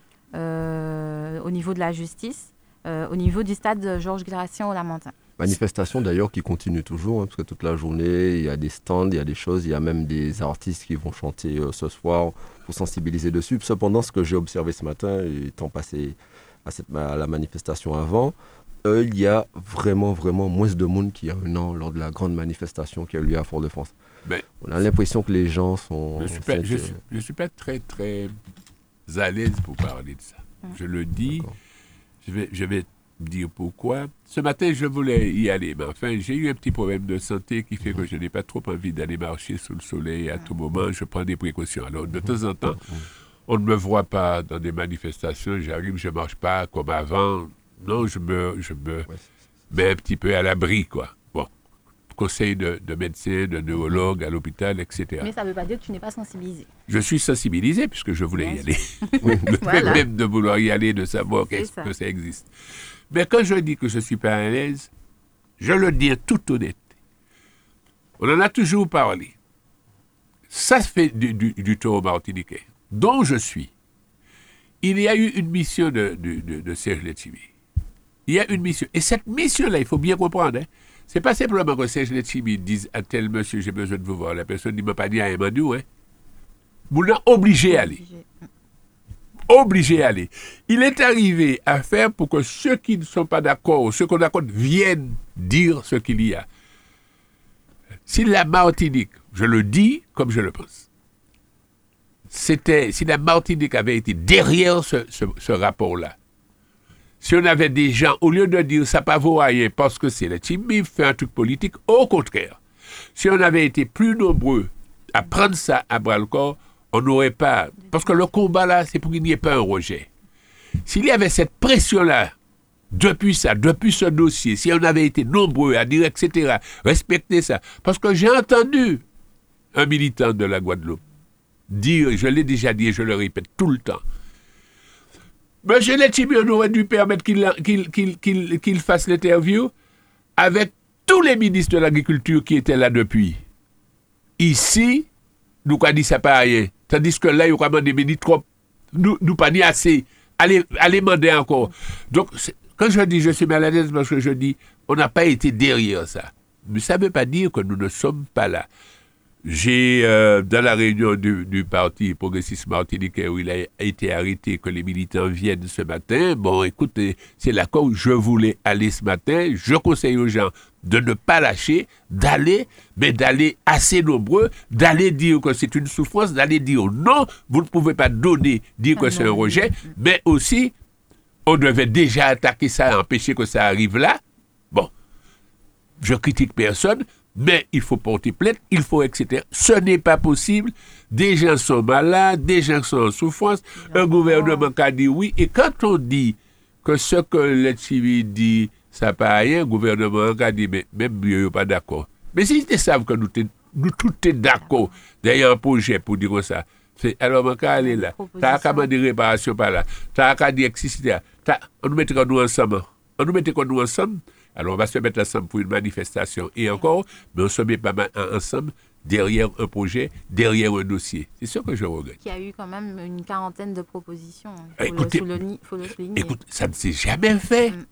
S4: euh, au niveau de la justice, euh, au niveau du stade Georges Gratien au Lamentin.
S2: Manifestation d'ailleurs qui continue toujours, hein, parce que toute la journée, il y a des stands, il y a des choses, il y a même des artistes qui vont chanter euh, ce soir pour sensibiliser dessus. Cependant, ce que j'ai observé ce matin, étant passé à, cette, à la manifestation avant, euh, il y a vraiment, vraiment moins de monde qu'il y a un an lors de la grande manifestation qui a eu lieu à Fort-de-France. Mais on a l'impression que les gens sont...
S3: Je ne suis, pas, je suis, je suis pas très, très à l'aise pour parler de ça. Mmh. Je le dis, je vais... Je vais dire pourquoi. Ce matin, je voulais y aller, mais enfin, j'ai eu un petit problème de santé qui fait que je n'ai pas trop envie d'aller marcher sous le soleil à tout moment. Je prends des précautions. Alors, de temps en temps, on ne me voit pas dans des manifestations. J'arrive, je ne marche pas comme avant. Non, je me, je me mets un petit peu à l'abri, quoi. Bon, conseil de, de médecin, de neurologue à l'hôpital, et cetera.
S4: Mais ça ne veut pas dire que tu n'es pas sensibilisé.
S3: Je suis sensibilisé puisque je voulais y aller. Voilà. Même de vouloir y aller, de savoir qu'est-ce ça. que ça existe. Mais quand je dis que je ne suis pas à l'aise, je le dis en toute honnêteté. On en a toujours parlé. Ça fait du, du, du taureau martiniquais, dont je suis. Il y a eu une mission de, de, de, de Serge Letchimy. Il y a une mission. Et cette mission-là, il faut bien comprendre, hein, c'est pas simplement que Serge Letchimy dise à tel monsieur, j'ai besoin de vous voir. La personne ne m'a pas dit à Emmanuel, hein. Vous l'avez obligé à aller. Obligé à aller. Il est arrivé à faire pour que ceux qui ne sont pas d'accord, ceux qu'on d'accord, viennent dire ce qu'il y a. Si la Martinique, je le dis comme je le pense, c'était, si la Martinique avait été derrière ce, ce, ce rapport-là, si on avait des gens, au lieu de dire ça pas vaut rien parce que c'est le Timmy fait un truc politique, au contraire, si on avait été plus nombreux à prendre ça à bras-le-corps, on n'aurait pas... Parce que le combat, là, c'est pour qu'il n'y ait pas un rejet. S'il y avait cette pression-là, depuis ça, depuis ce dossier, si on avait été nombreux à dire, et cetera, respecter ça. Parce que j'ai entendu un militant de la Guadeloupe dire, je l'ai déjà dit et je le répète tout le temps, M. Letchimy, on aurait dû permettre qu'il, qu'il, qu'il, qu'il, qu'il fasse l'interview avec tous les ministres de l'Agriculture qui étaient là depuis. Ici, nous avons dit ça pas rien. Tandis que là, il y a des ministres trop. Nous nous pas dit assez. Allez, allez demander encore. Donc, quand je dis je suis mal à l'aise, parce que je dis on n'a pas été derrière ça. Mais ça ne veut pas dire que nous ne sommes pas là. J'ai, euh, dans la réunion du, du Parti progressiste martiniquais où il a été arrêté, que les militants viennent ce matin, bon, écoutez, c'est l'accord où je voulais aller ce matin. Je conseille aux gens de ne pas lâcher, d'aller, mais d'aller assez nombreux, d'aller dire que c'est une souffrance, d'aller dire non, vous ne pouvez pas donner, dire que c'est un rejet, mais aussi, on devait déjà attaquer ça, empêcher que ça arrive là. Bon, je critique personne, mais il faut porter plainte, il faut, et cetera. Ce n'est pas possible. Des gens sont malades, des gens sont en souffrance. Un gouvernement qui a dit oui. Et quand on dit que ce que Letchimy dit, ça pas rien, le gouvernement qui a dit, mais même mieux, n'est pas d'accord. Mais s'ils savent que nous, nous tous sommes d'accord, d'ailleurs, un projet pour dire ça, c'est, alors, on va aller là. Tu as qu'à demander réparation par là. Tu as qu'à dire, et cetera. On nous mettra nous ensemble. On nous mettra nous ensemble. Alors, on va se mettre ensemble pour une manifestation. Et encore, mais on ne se met pas ensemble derrière un projet, derrière un dossier. C'est ça que je regrette.
S4: Il y a eu quand même une quarantaine de propositions. Il faut,
S3: écoutez,
S4: le, faut le souligner.
S3: Écoute, ça ne s'est jamais fait. Mm.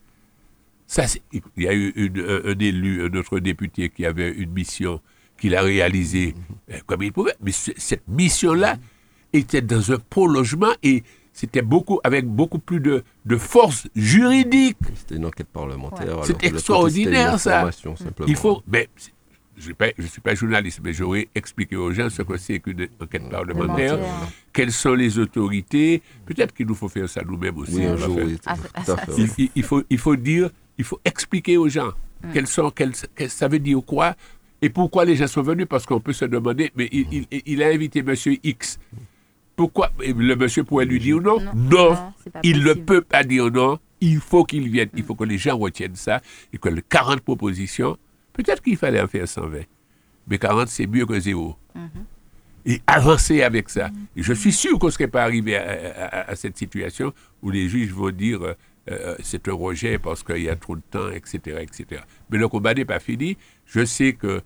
S3: Ça, c'est, il y a eu une, un, un élu, un autre député qui avait une mission qu'il a réalisée mm-hmm. comme il pouvait. Mais c- cette mission-là mm-hmm. était dans un prolongement et c'était beaucoup, avec beaucoup plus de, de force juridique.
S2: C'était une enquête parlementaire.
S3: Ouais. C'est extraordinaire, ça. Il faut, mais je ne suis pas journaliste, mais j'aurais expliqué aux gens ce que c'est qu'une enquête mmh. parlementaire, quelles sont les autorités. Peut-être qu'il nous faut faire ça nous-mêmes aussi.
S2: Oui, un jour, oui,
S3: ah, il, il, il, faut, il faut dire, il faut expliquer aux gens mmh. quelles sont, quelles, quelles, ça veut dire quoi et pourquoi les gens sont venus, parce qu'on peut se demander, mais il, mmh. il, il a invité M. X. Pourquoi le monsieur pourrait lui dire non? Non, non, non il ne peut pas dire non. Il faut qu'il vienne. Il faut que les gens retiennent ça. Et que les quarante propositions, peut-être qu'il fallait en faire cent vingt. Mais quarante, c'est mieux que zéro. Mm-hmm. Et avancer avec ça. Mm-hmm. Et je suis sûr qu'on ne serait pas arrivé à, à, à cette situation où les juges vont dire euh, c'est un rejet parce qu'il y a trop de temps, et cetera, et cetera. Mais le combat n'est pas fini. Je sais que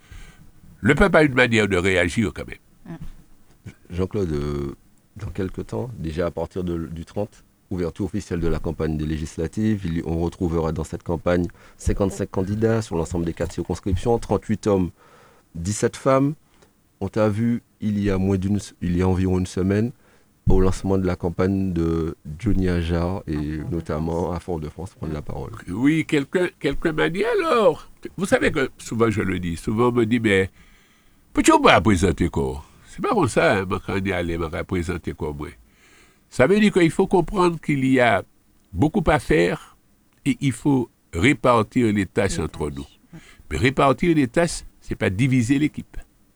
S3: le peuple a une manière de réagir quand même.
S2: Mm. Jean-Claude, euh... dans quelques temps, déjà à partir de, du trente, ouverture officielle de la campagne des législatives. Il, on retrouvera dans cette campagne cinquante-cinq candidats sur l'ensemble des quatre circonscriptions, trente-huit hommes, dix-sept femmes. On t'a vu il y a, moins d'une, il y a environ une semaine au lancement de la campagne de Johnny Ajar et notamment à Fort-de-France prendre la parole.
S3: Oui, quelqu'un, quelqu'un m'a dit alors. Vous savez que souvent je le dis, souvent on me dit mais peux-tu pas présenter quoi? C'est pas comme ça, hein, quand on est allé me représenter comme moi. Ça veut dire qu'il faut comprendre qu'il y a beaucoup à faire et il faut répartir les tâches les entre tâches. nous. Mais répartir les tâches, c'est pas diviser l'équipe.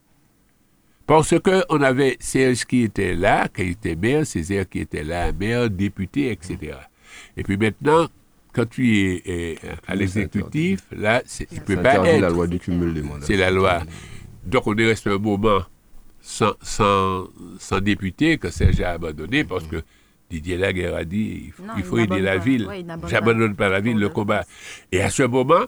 S3: Parce qu'on avait Serge qui était là, qui était maire, Césaire qui était là, maire, député, et cetera. Et puis maintenant, quand tu es, es à l'exécutif, là, c'est, tu ne peux pas être.
S2: La loi du cumul des mandats.
S3: C'est la loi. Donc on est resté un moment sans, sans, sans député que Serge a abandonné parce que Didier Laguerre a dit il faut, non, il faut il aider la pas, ville. Ouais, J'abandonne pas la ville, le combat. Et à ce moment,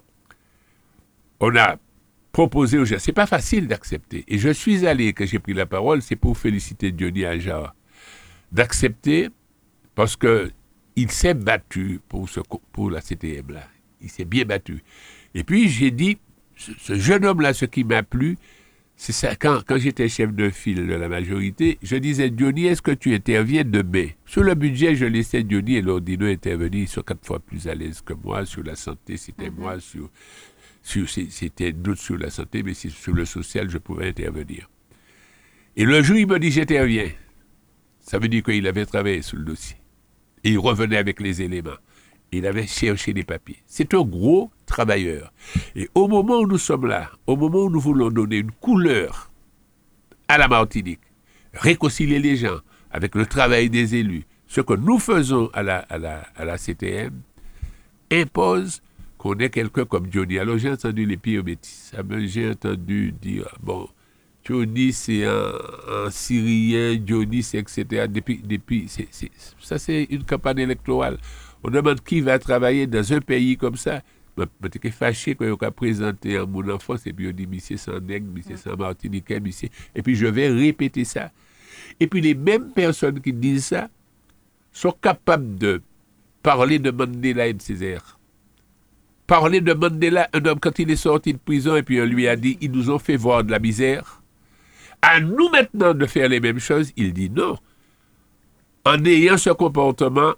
S3: on a proposé aux gens. C'est pas facile d'accepter. Et je suis allé, quand j'ai pris la parole, c'est pour féliciter Johnny Ajar d'accepter parce que il s'est battu pour, ce, pour la C T M-là. Il s'est bien battu. Et puis, j'ai dit, ce, ce jeune homme-là, ce qui m'a plu, c'est ça. Quand, quand j'étais chef de file de la majorité, je disais, Johnny, est-ce que tu interviens demain? Sur le budget, je laissais Johnny et l'ordinaire intervenir. Ils sont quatre fois plus à l'aise que moi. Sur la santé, c'était mm-hmm. moi. Sur, sur, c'était d'autres sur la santé, mais sur le social, je pouvais intervenir. Et le jour, il me dit, j'interviens. Ça veut dire qu'il avait travaillé sur le dossier. Et il revenait avec les éléments. Il avait cherché les papiers. C'est un gros travailleur. Et au moment où nous sommes là, au moment où nous voulons donner une couleur à la Martinique, réconcilier les gens avec le travail des élus, ce que nous faisons à la, à la, à la C T M, impose qu'on ait quelqu'un comme Johnny. Alors j'ai entendu les pires bêtises. J'ai entendu dire, bon, Johnny, c'est un, un Syrien, Johnny, c'est et cetera. Depuis, depuis, c'est, c'est, ça, c'est une campagne électorale. On demande qui va travailler dans un pays comme ça. Je suis fâché quand on a présenté à mon enfance, et puis on dit, monsieur Sandeg, monsieur Saint-Martiniquais, monsieur. Et puis je vais répéter ça. Et puis les mêmes personnes qui disent ça sont capables de parler de Mandela et de Césaire. Parler de Mandela, un homme quand il est sorti de prison, et puis on lui a dit, ils nous ont fait voir de la misère. À nous maintenant de faire les mêmes choses, il dit non. En ayant ce comportement,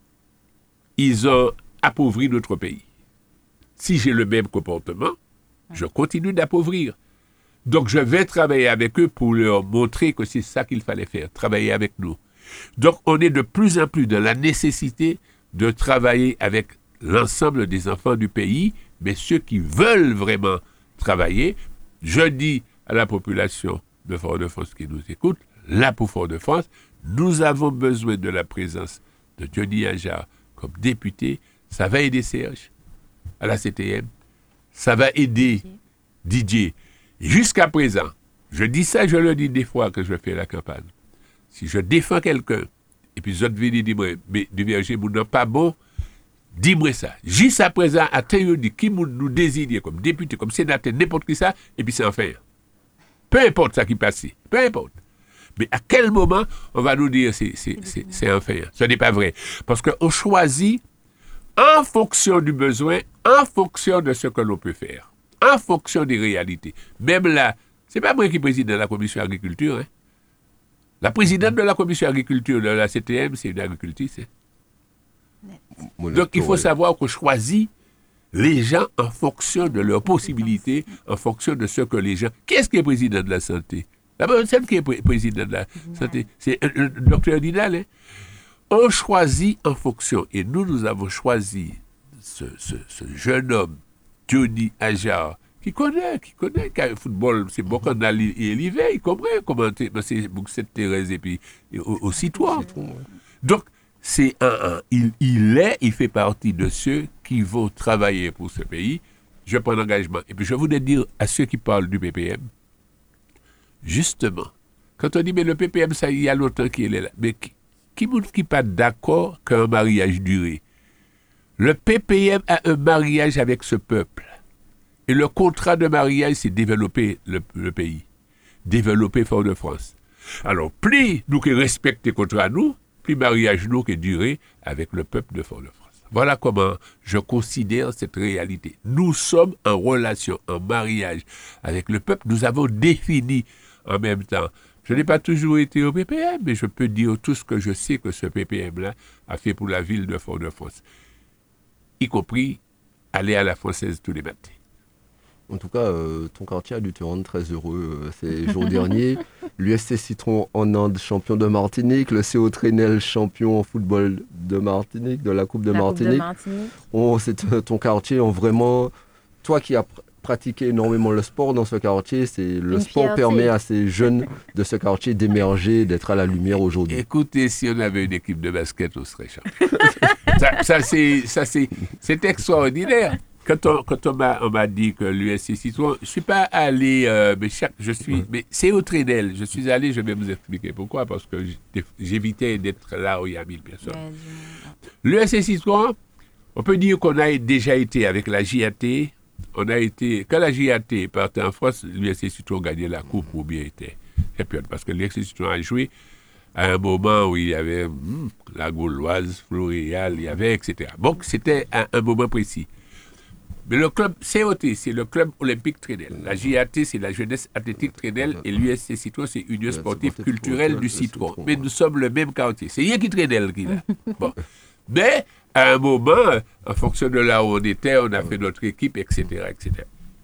S3: ils ont appauvri notre pays. Si j'ai le même comportement, je continue d'appauvrir. Donc, je vais travailler avec eux pour leur montrer que c'est ça qu'il fallait faire, travailler avec nous. Donc, on est de plus en plus dans la nécessité de travailler avec l'ensemble des enfants du pays, mais ceux qui veulent vraiment travailler. Je dis à la population de Fort-de-France qui nous écoute, là pour Fort-de-France, nous avons besoin de la présence de Johnny Ajar comme député. Ça va aider Serge à la C T M, ça va aider Didier. Jusqu'à présent, je dis ça, je le dis des fois que je fais la campagne. Si je défends quelqu'un, et puis l'autre vient dire, mais du verger, vous n'êtes pas bon, dis-moi ça. Jusqu'à présent, à Théo dit, qui nous désigne comme député, comme sénateur, n'importe qui ça, et puis c'est en fait. Peu importe ça qui passe, peu importe. Mais à quel moment on va nous dire c'est, c'est, c'est, c'est un fait? Ce n'est pas vrai. Parce qu'on choisit en fonction du besoin, en fonction de ce que l'on peut faire, en fonction des réalités. Même là, ce n'est pas moi qui préside la commission agriculture. Hein. La présidente de la commission agriculture de la C T M, c'est une agricultrice. Hein. Donc il faut savoir qu'on choisit les gens en fonction de leurs possibilités, en fonction de ce que les gens... Qui est-ce qui est président de la santé? La personne qui est pré- président de la santé, c'est le docteur Dinal. Hein? On choisit en fonction. Et nous, nous avons choisi ce, ce, ce jeune homme, Johnny Ajar, qui connaît, qui connaît le football, c'est Bocandal et l'hiver, il comprend comment c'est cette Thérèse et puis aussi toi. Donc, c'est un, un il, il est, il fait partie de ceux qui vont travailler pour ce pays. Je prends l'engagement. Et puis, je voudrais dire à ceux qui parlent du P P M, justement, quand on dit, mais le P P M, ça, il y a longtemps qu'il est là. Mais qui qui n'est pas d'accord qu'un mariage duré? Le P P M a un mariage avec ce peuple. Et le contrat de mariage, c'est développer le, le pays. Développer Fort-de-France. Alors, plus nous qui respectons les contrats, nous, plus mariage nous qui duré avec le peuple de Fort-de-France. Voilà comment je considère cette réalité. Nous sommes en relation, en mariage avec le peuple. Nous avons défini en même temps. Je n'ai pas toujours été au P P M, mais je peux dire tout ce que je sais que ce P P M-là a fait pour la ville de Fort-de-France. Y compris aller à la Française tous les matins.
S2: En tout cas, euh, ton quartier a dû te rendre très heureux euh, ces jours derniers. L'U S C Citron en Inde, champion de Martinique. Le C O Trénel, champion en football de Martinique, de la Coupe de la Martinique. Coupe de Martinique. On, c'est euh, ton quartier, on vraiment... Toi qui as pr- pratiqué énormément le sport dans ce quartier, c'est, le Une sport fierté. Permet à ces jeunes de ce quartier d'émerger, d'être à la lumière aujourd'hui.
S3: Écoutez, si on avait une équipe de basket, on serait champion. ça, ça, c'est, ça c'est, c'est extraordinaire. Quand, on, quand on, m'a, on m'a dit que l'U S C Citron, je ne suis pas allé, euh, mais, chaque, je suis, mais c'est au Trénel. Je suis allé, je vais vous expliquer pourquoi, parce que j'évitais d'être là où il y a mille personnes. L'U S C Citron, on peut dire qu'on a déjà été avec la J A T. On a été, quand la J A T partait en France, l'U S C Citron gagnait la coupe ou bien était champion. Parce que l'U S C Citron a joué à un moment où il y avait hum, la Gauloise, Floréal, il y avait, et cetera. Donc, c'était un, un moment précis. Mais le club C O T, c'est le club olympique Trénel. La J A T, c'est la jeunesse athlétique Trénel. Et l'U S C Citron, c'est Union sportive culturelle du Citron. Mais nous sommes le même quartier. C'est rien qui Trénel qui l'a. Bon. Mais, à un moment, en fonction de là où on était, on a fait notre équipe, et cetera, et cetera.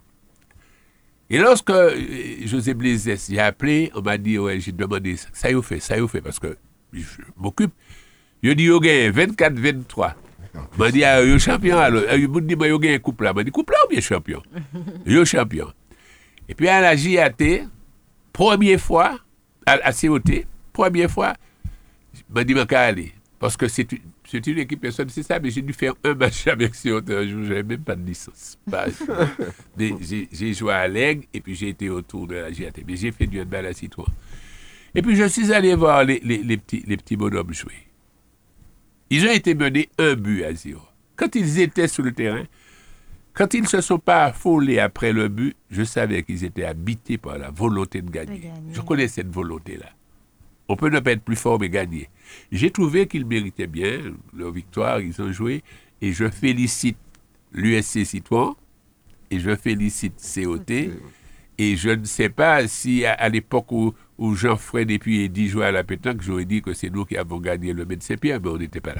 S3: Et lorsque José Blaise j'ai appelé, on m'a dit, ouais, j'ai demandé, ça y est fait, ça y est fait, parce que je m'occupe. Je dis, ok, vingt-quatre vingt-trois. Je m'a dit, ah, yo champion, alors. Je me dis, yo gagne couple là. Je m'a dit, couple là ou bien champion? Yo champion. Et puis à la J A T, première fois, à la C O T, première fois, je m'a dit, je vais aller. Parce que c'est, c'est une équipe, personne ne sait ça, mais j'ai dû faire un match avec C O T un jour, je n'avais même pas de licence. Pas, mais j'ai, j'ai joué à l'Aigle et puis j'ai été autour de la G A T. Mais j'ai fait du handball à Citroën. Et puis je suis allé voir les, les, les, petits, les petits bonhommes jouer. Ils ont été menés un but à zéro. Quand ils étaient sur le terrain, quand ils ne se sont pas affolés après le but, je savais qu'ils étaient habités par la volonté de gagner. De gagner. Je connais cette volonté-là. On peut ne pas être plus fort, mais gagner. J'ai trouvé qu'ils méritaient bien leur victoire, ils ont joué, et je félicite l'U S C Citroën, et je félicite C O T, okay. Et je ne sais pas si à, à l'époque où, où Jean-Fred et puis Eddy jouaient à la pétanque, j'aurais dit que c'est nous qui avons gagné le Médecin-Pierre, mais on n'était pas là.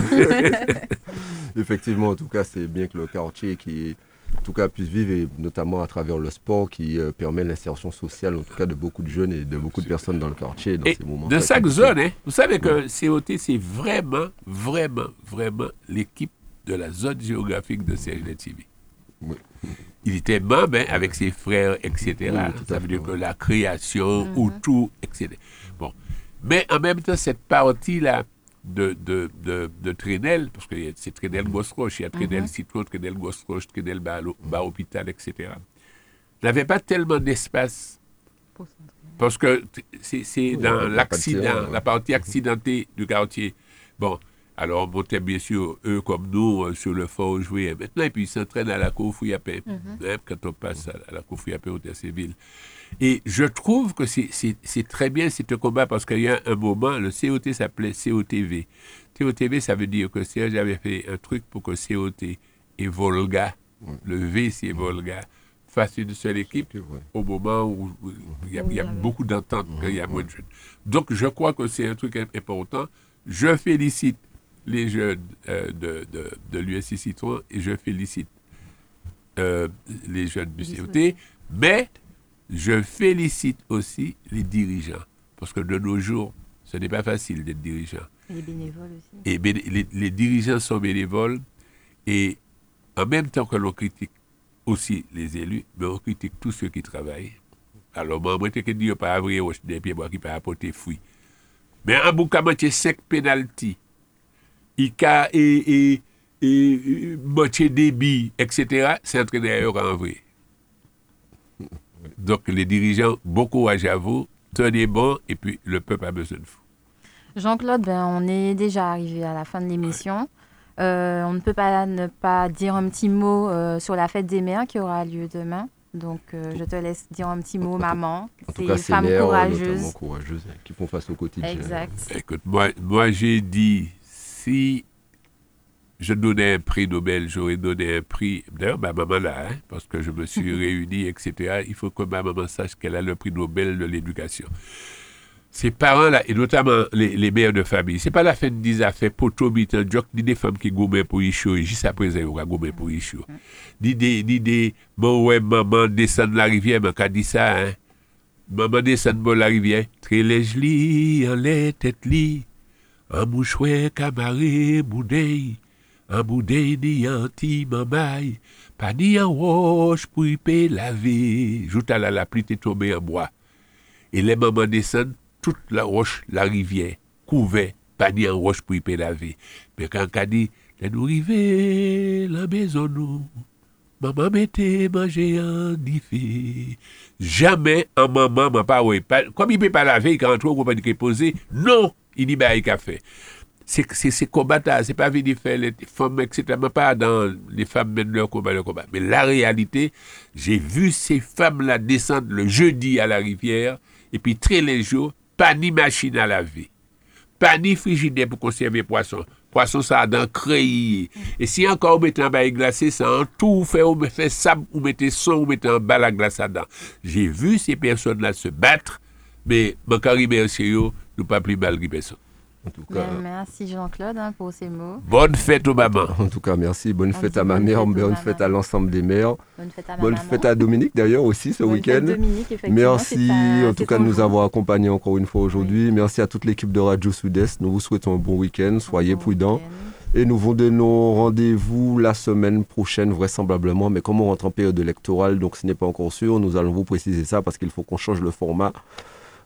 S2: Effectivement, en tout cas, c'est bien que le quartier qui... en tout cas, puisse vivre, et notamment à travers le sport qui euh, permet l'insertion sociale, en tout cas, de beaucoup de jeunes et de beaucoup de personnes dans le quartier. Dans
S3: et
S2: ces moments
S3: de chaque zone, hein. Vous savez que ouais. C O T, c'est vraiment, vraiment, vraiment l'équipe de la zone géographique de Serge-Letchimy. Oui. Il était membre hein, avec ses frères, et cetera. Oui, ça veut dire que la création, mm-hmm. ou tout, et cetera. Bon. Mais en même temps, cette partie-là, de, de, de, de Trénel, parce que c'est Trénel-Gosroche, il y a Trénel-Citron, Trénel-Gosroche, Trénel-Bar-Hôpital, et cetera. N'avait pas tellement d'espace, parce que c'est, c'est oui, dans l'accident, ouais. la partie accidentée du quartier. Bon, alors on montait bien sûr, eux comme nous, sur le fort jouer maintenant, et puis ils s'entraînent à la cour Fouillapin. Mm-hmm. Hein, quand on passe à la cour Fouillapin au Terre-Séville. Et je trouve que c'est, c'est, c'est très bien ce combat parce qu'il y a un moment, le C O T s'appelait C O T V. C O T V, ça veut dire que Serge avait fait un truc pour que C O T et Volga, ouais. le V c'est Volga, fassent une seule équipe ouais. au moment où il y a, il y a beaucoup d'entente, ouais. il y a moins de jeunes. Donc je crois que c'est un truc important. Je félicite les jeunes euh, de, de, de l'U S C Citroën et je félicite euh, les jeunes du C O T, mais je félicite aussi les dirigeants, parce que de nos jours, ce n'est pas facile d'être dirigeant.
S4: Et les bénévoles aussi.
S3: Et bé- les, les dirigeants sont bénévoles, et en même temps que l'on critique aussi les élus, mais on critique tous ceux qui travaillent. Alors, moi, je ne dis pas avoir des pieds qui peuvent apporter fruits. Mais en boucan, il y a cinq pénalties, I K A et, et, et moitié débit, et cetera, c'est entraîneur en vrai. Donc, les dirigeants, beaucoup à j'avoue, tenez bon, et puis le peuple a besoin de vous.
S4: Jean-Claude, ben, on est déjà arrivé à la fin de l'émission. Ouais. Euh, on ne peut pas ne pas dire un petit mot euh, sur la fête des mères qui aura lieu demain. Donc, euh, je te laisse dire un petit mot, maman.
S2: En tout cas, c'est femmes mères, courageuses. courageuses hein, qui font face au quotidien.
S4: Exact.
S3: Écoute, moi, moi j'ai dit, si je donnais un prix Nobel, j'aurais donné un prix, d'ailleurs ma maman là, hein, parce que je me suis réuni, et cetera. Il faut que ma maman sache qu'elle a le prix Nobel de l'éducation. Ces parents-là, et notamment les, les mères de famille, c'est pas la fin des affaires, poto, bitan, joke, ni des femmes qui gomment pour y chaud, et juste après, ils vont gommer pour y chaud. Ni des, ni des, bon, ouais, maman descend de la rivière, mais quand dit ça, hein, maman descend de la rivière, très léger, en les têtes li, en mouchoué, camaré, boudeille, en boudeille, ni anti, mamaille, pas ni en roche pour y payer laver, joute à la, la pluie t'est tombée en bois. Et les mamans descendent, toute la roche, la rivière, couvert, pas ni en roche pour y payer laver. Mais quand on dit, les nous river, la maison nous, maman mettez manger en diffé. Jamais un maman m'a pas, ouais, pas, comme il ne peut pas laver, quand on trouve qu'on peut poser, non, il dit, bah, il a fait. C'est, c'est, c'est combattant, c'est pas venir faire les femmes, et cetera. Mais pas dans les femmes mènent leur combat, leur combat. Mais la réalité, j'ai vu ces femmes-là descendre le jeudi à la rivière, et puis très les jours, pas ni machine à laver, pas ni frigidaire pour conserver poisson. Poisson, ça a dans créé. Et si encore on met en bas glacé, ça en tout fait, on fait sable, on met son, on met en bas la glace dedans. J'ai vu ces personnes-là se battre, mais mon caribé, nous pas plus mal que personne.
S2: En tout cas,
S4: bien, merci Jean-Claude hein, pour ces mots.
S3: Bonne fête aux mamans.
S2: En tout cas, merci. Bonne fête à ma mère, bonne fête à l'ensemble des mères.
S4: Bonne fête à ma
S2: Bonne
S4: maman.
S2: fête à Dominique d'ailleurs aussi ce
S4: bonne
S2: week-end.
S4: Dominique,
S2: merci
S4: ta,
S2: en tout cas de nous jour. avoir accompagnés encore une fois aujourd'hui. Oui. Merci à toute l'équipe de Radio Sud-Est. Nous vous souhaitons un bon week-end. Soyez bon prudents. Week-end. Et nous vous donnons rendez-vous la semaine prochaine vraisemblablement. Mais comme on rentre en période électorale, donc ce n'est pas encore sûr, nous allons vous préciser ça parce qu'il faut qu'on change le format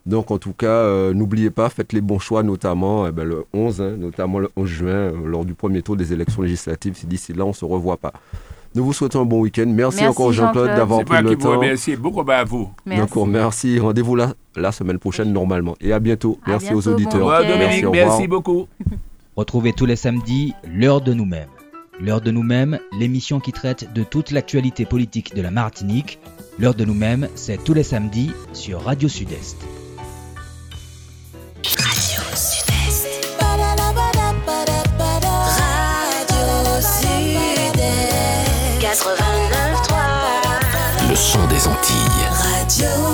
S2: Donc en tout cas, euh, n'oubliez pas, faites les bons choix, notamment eh ben, le onze, hein, notamment le onze juin, euh, lors du premier tour des élections législatives, si d'ici là on ne se revoit pas. Nous vous souhaitons un bon week-end. Merci, merci encore Jean-Claude, Jean-Claude. d'avoir
S3: C'est
S2: pris le temps.
S3: Merci beaucoup à vous.
S2: Merci. D'accord, merci. Rendez-vous là la semaine prochaine normalement. Et à bientôt. À merci bientôt, aux auditeurs.
S3: Bon okay. Dominique, merci, merci beaucoup.
S1: Retrouvez tous les samedis l'heure de nous-mêmes. L'heure de nous-mêmes, l'émission qui traite de toute l'actualité politique de la Martinique. L'heure de nous-mêmes, c'est tous les samedis sur Radio Sud-Est.
S5: Radio Sud-Est. Radio Sud-Est. quatre-vingt-neuf trois.
S6: Le son des Antilles.
S5: Radio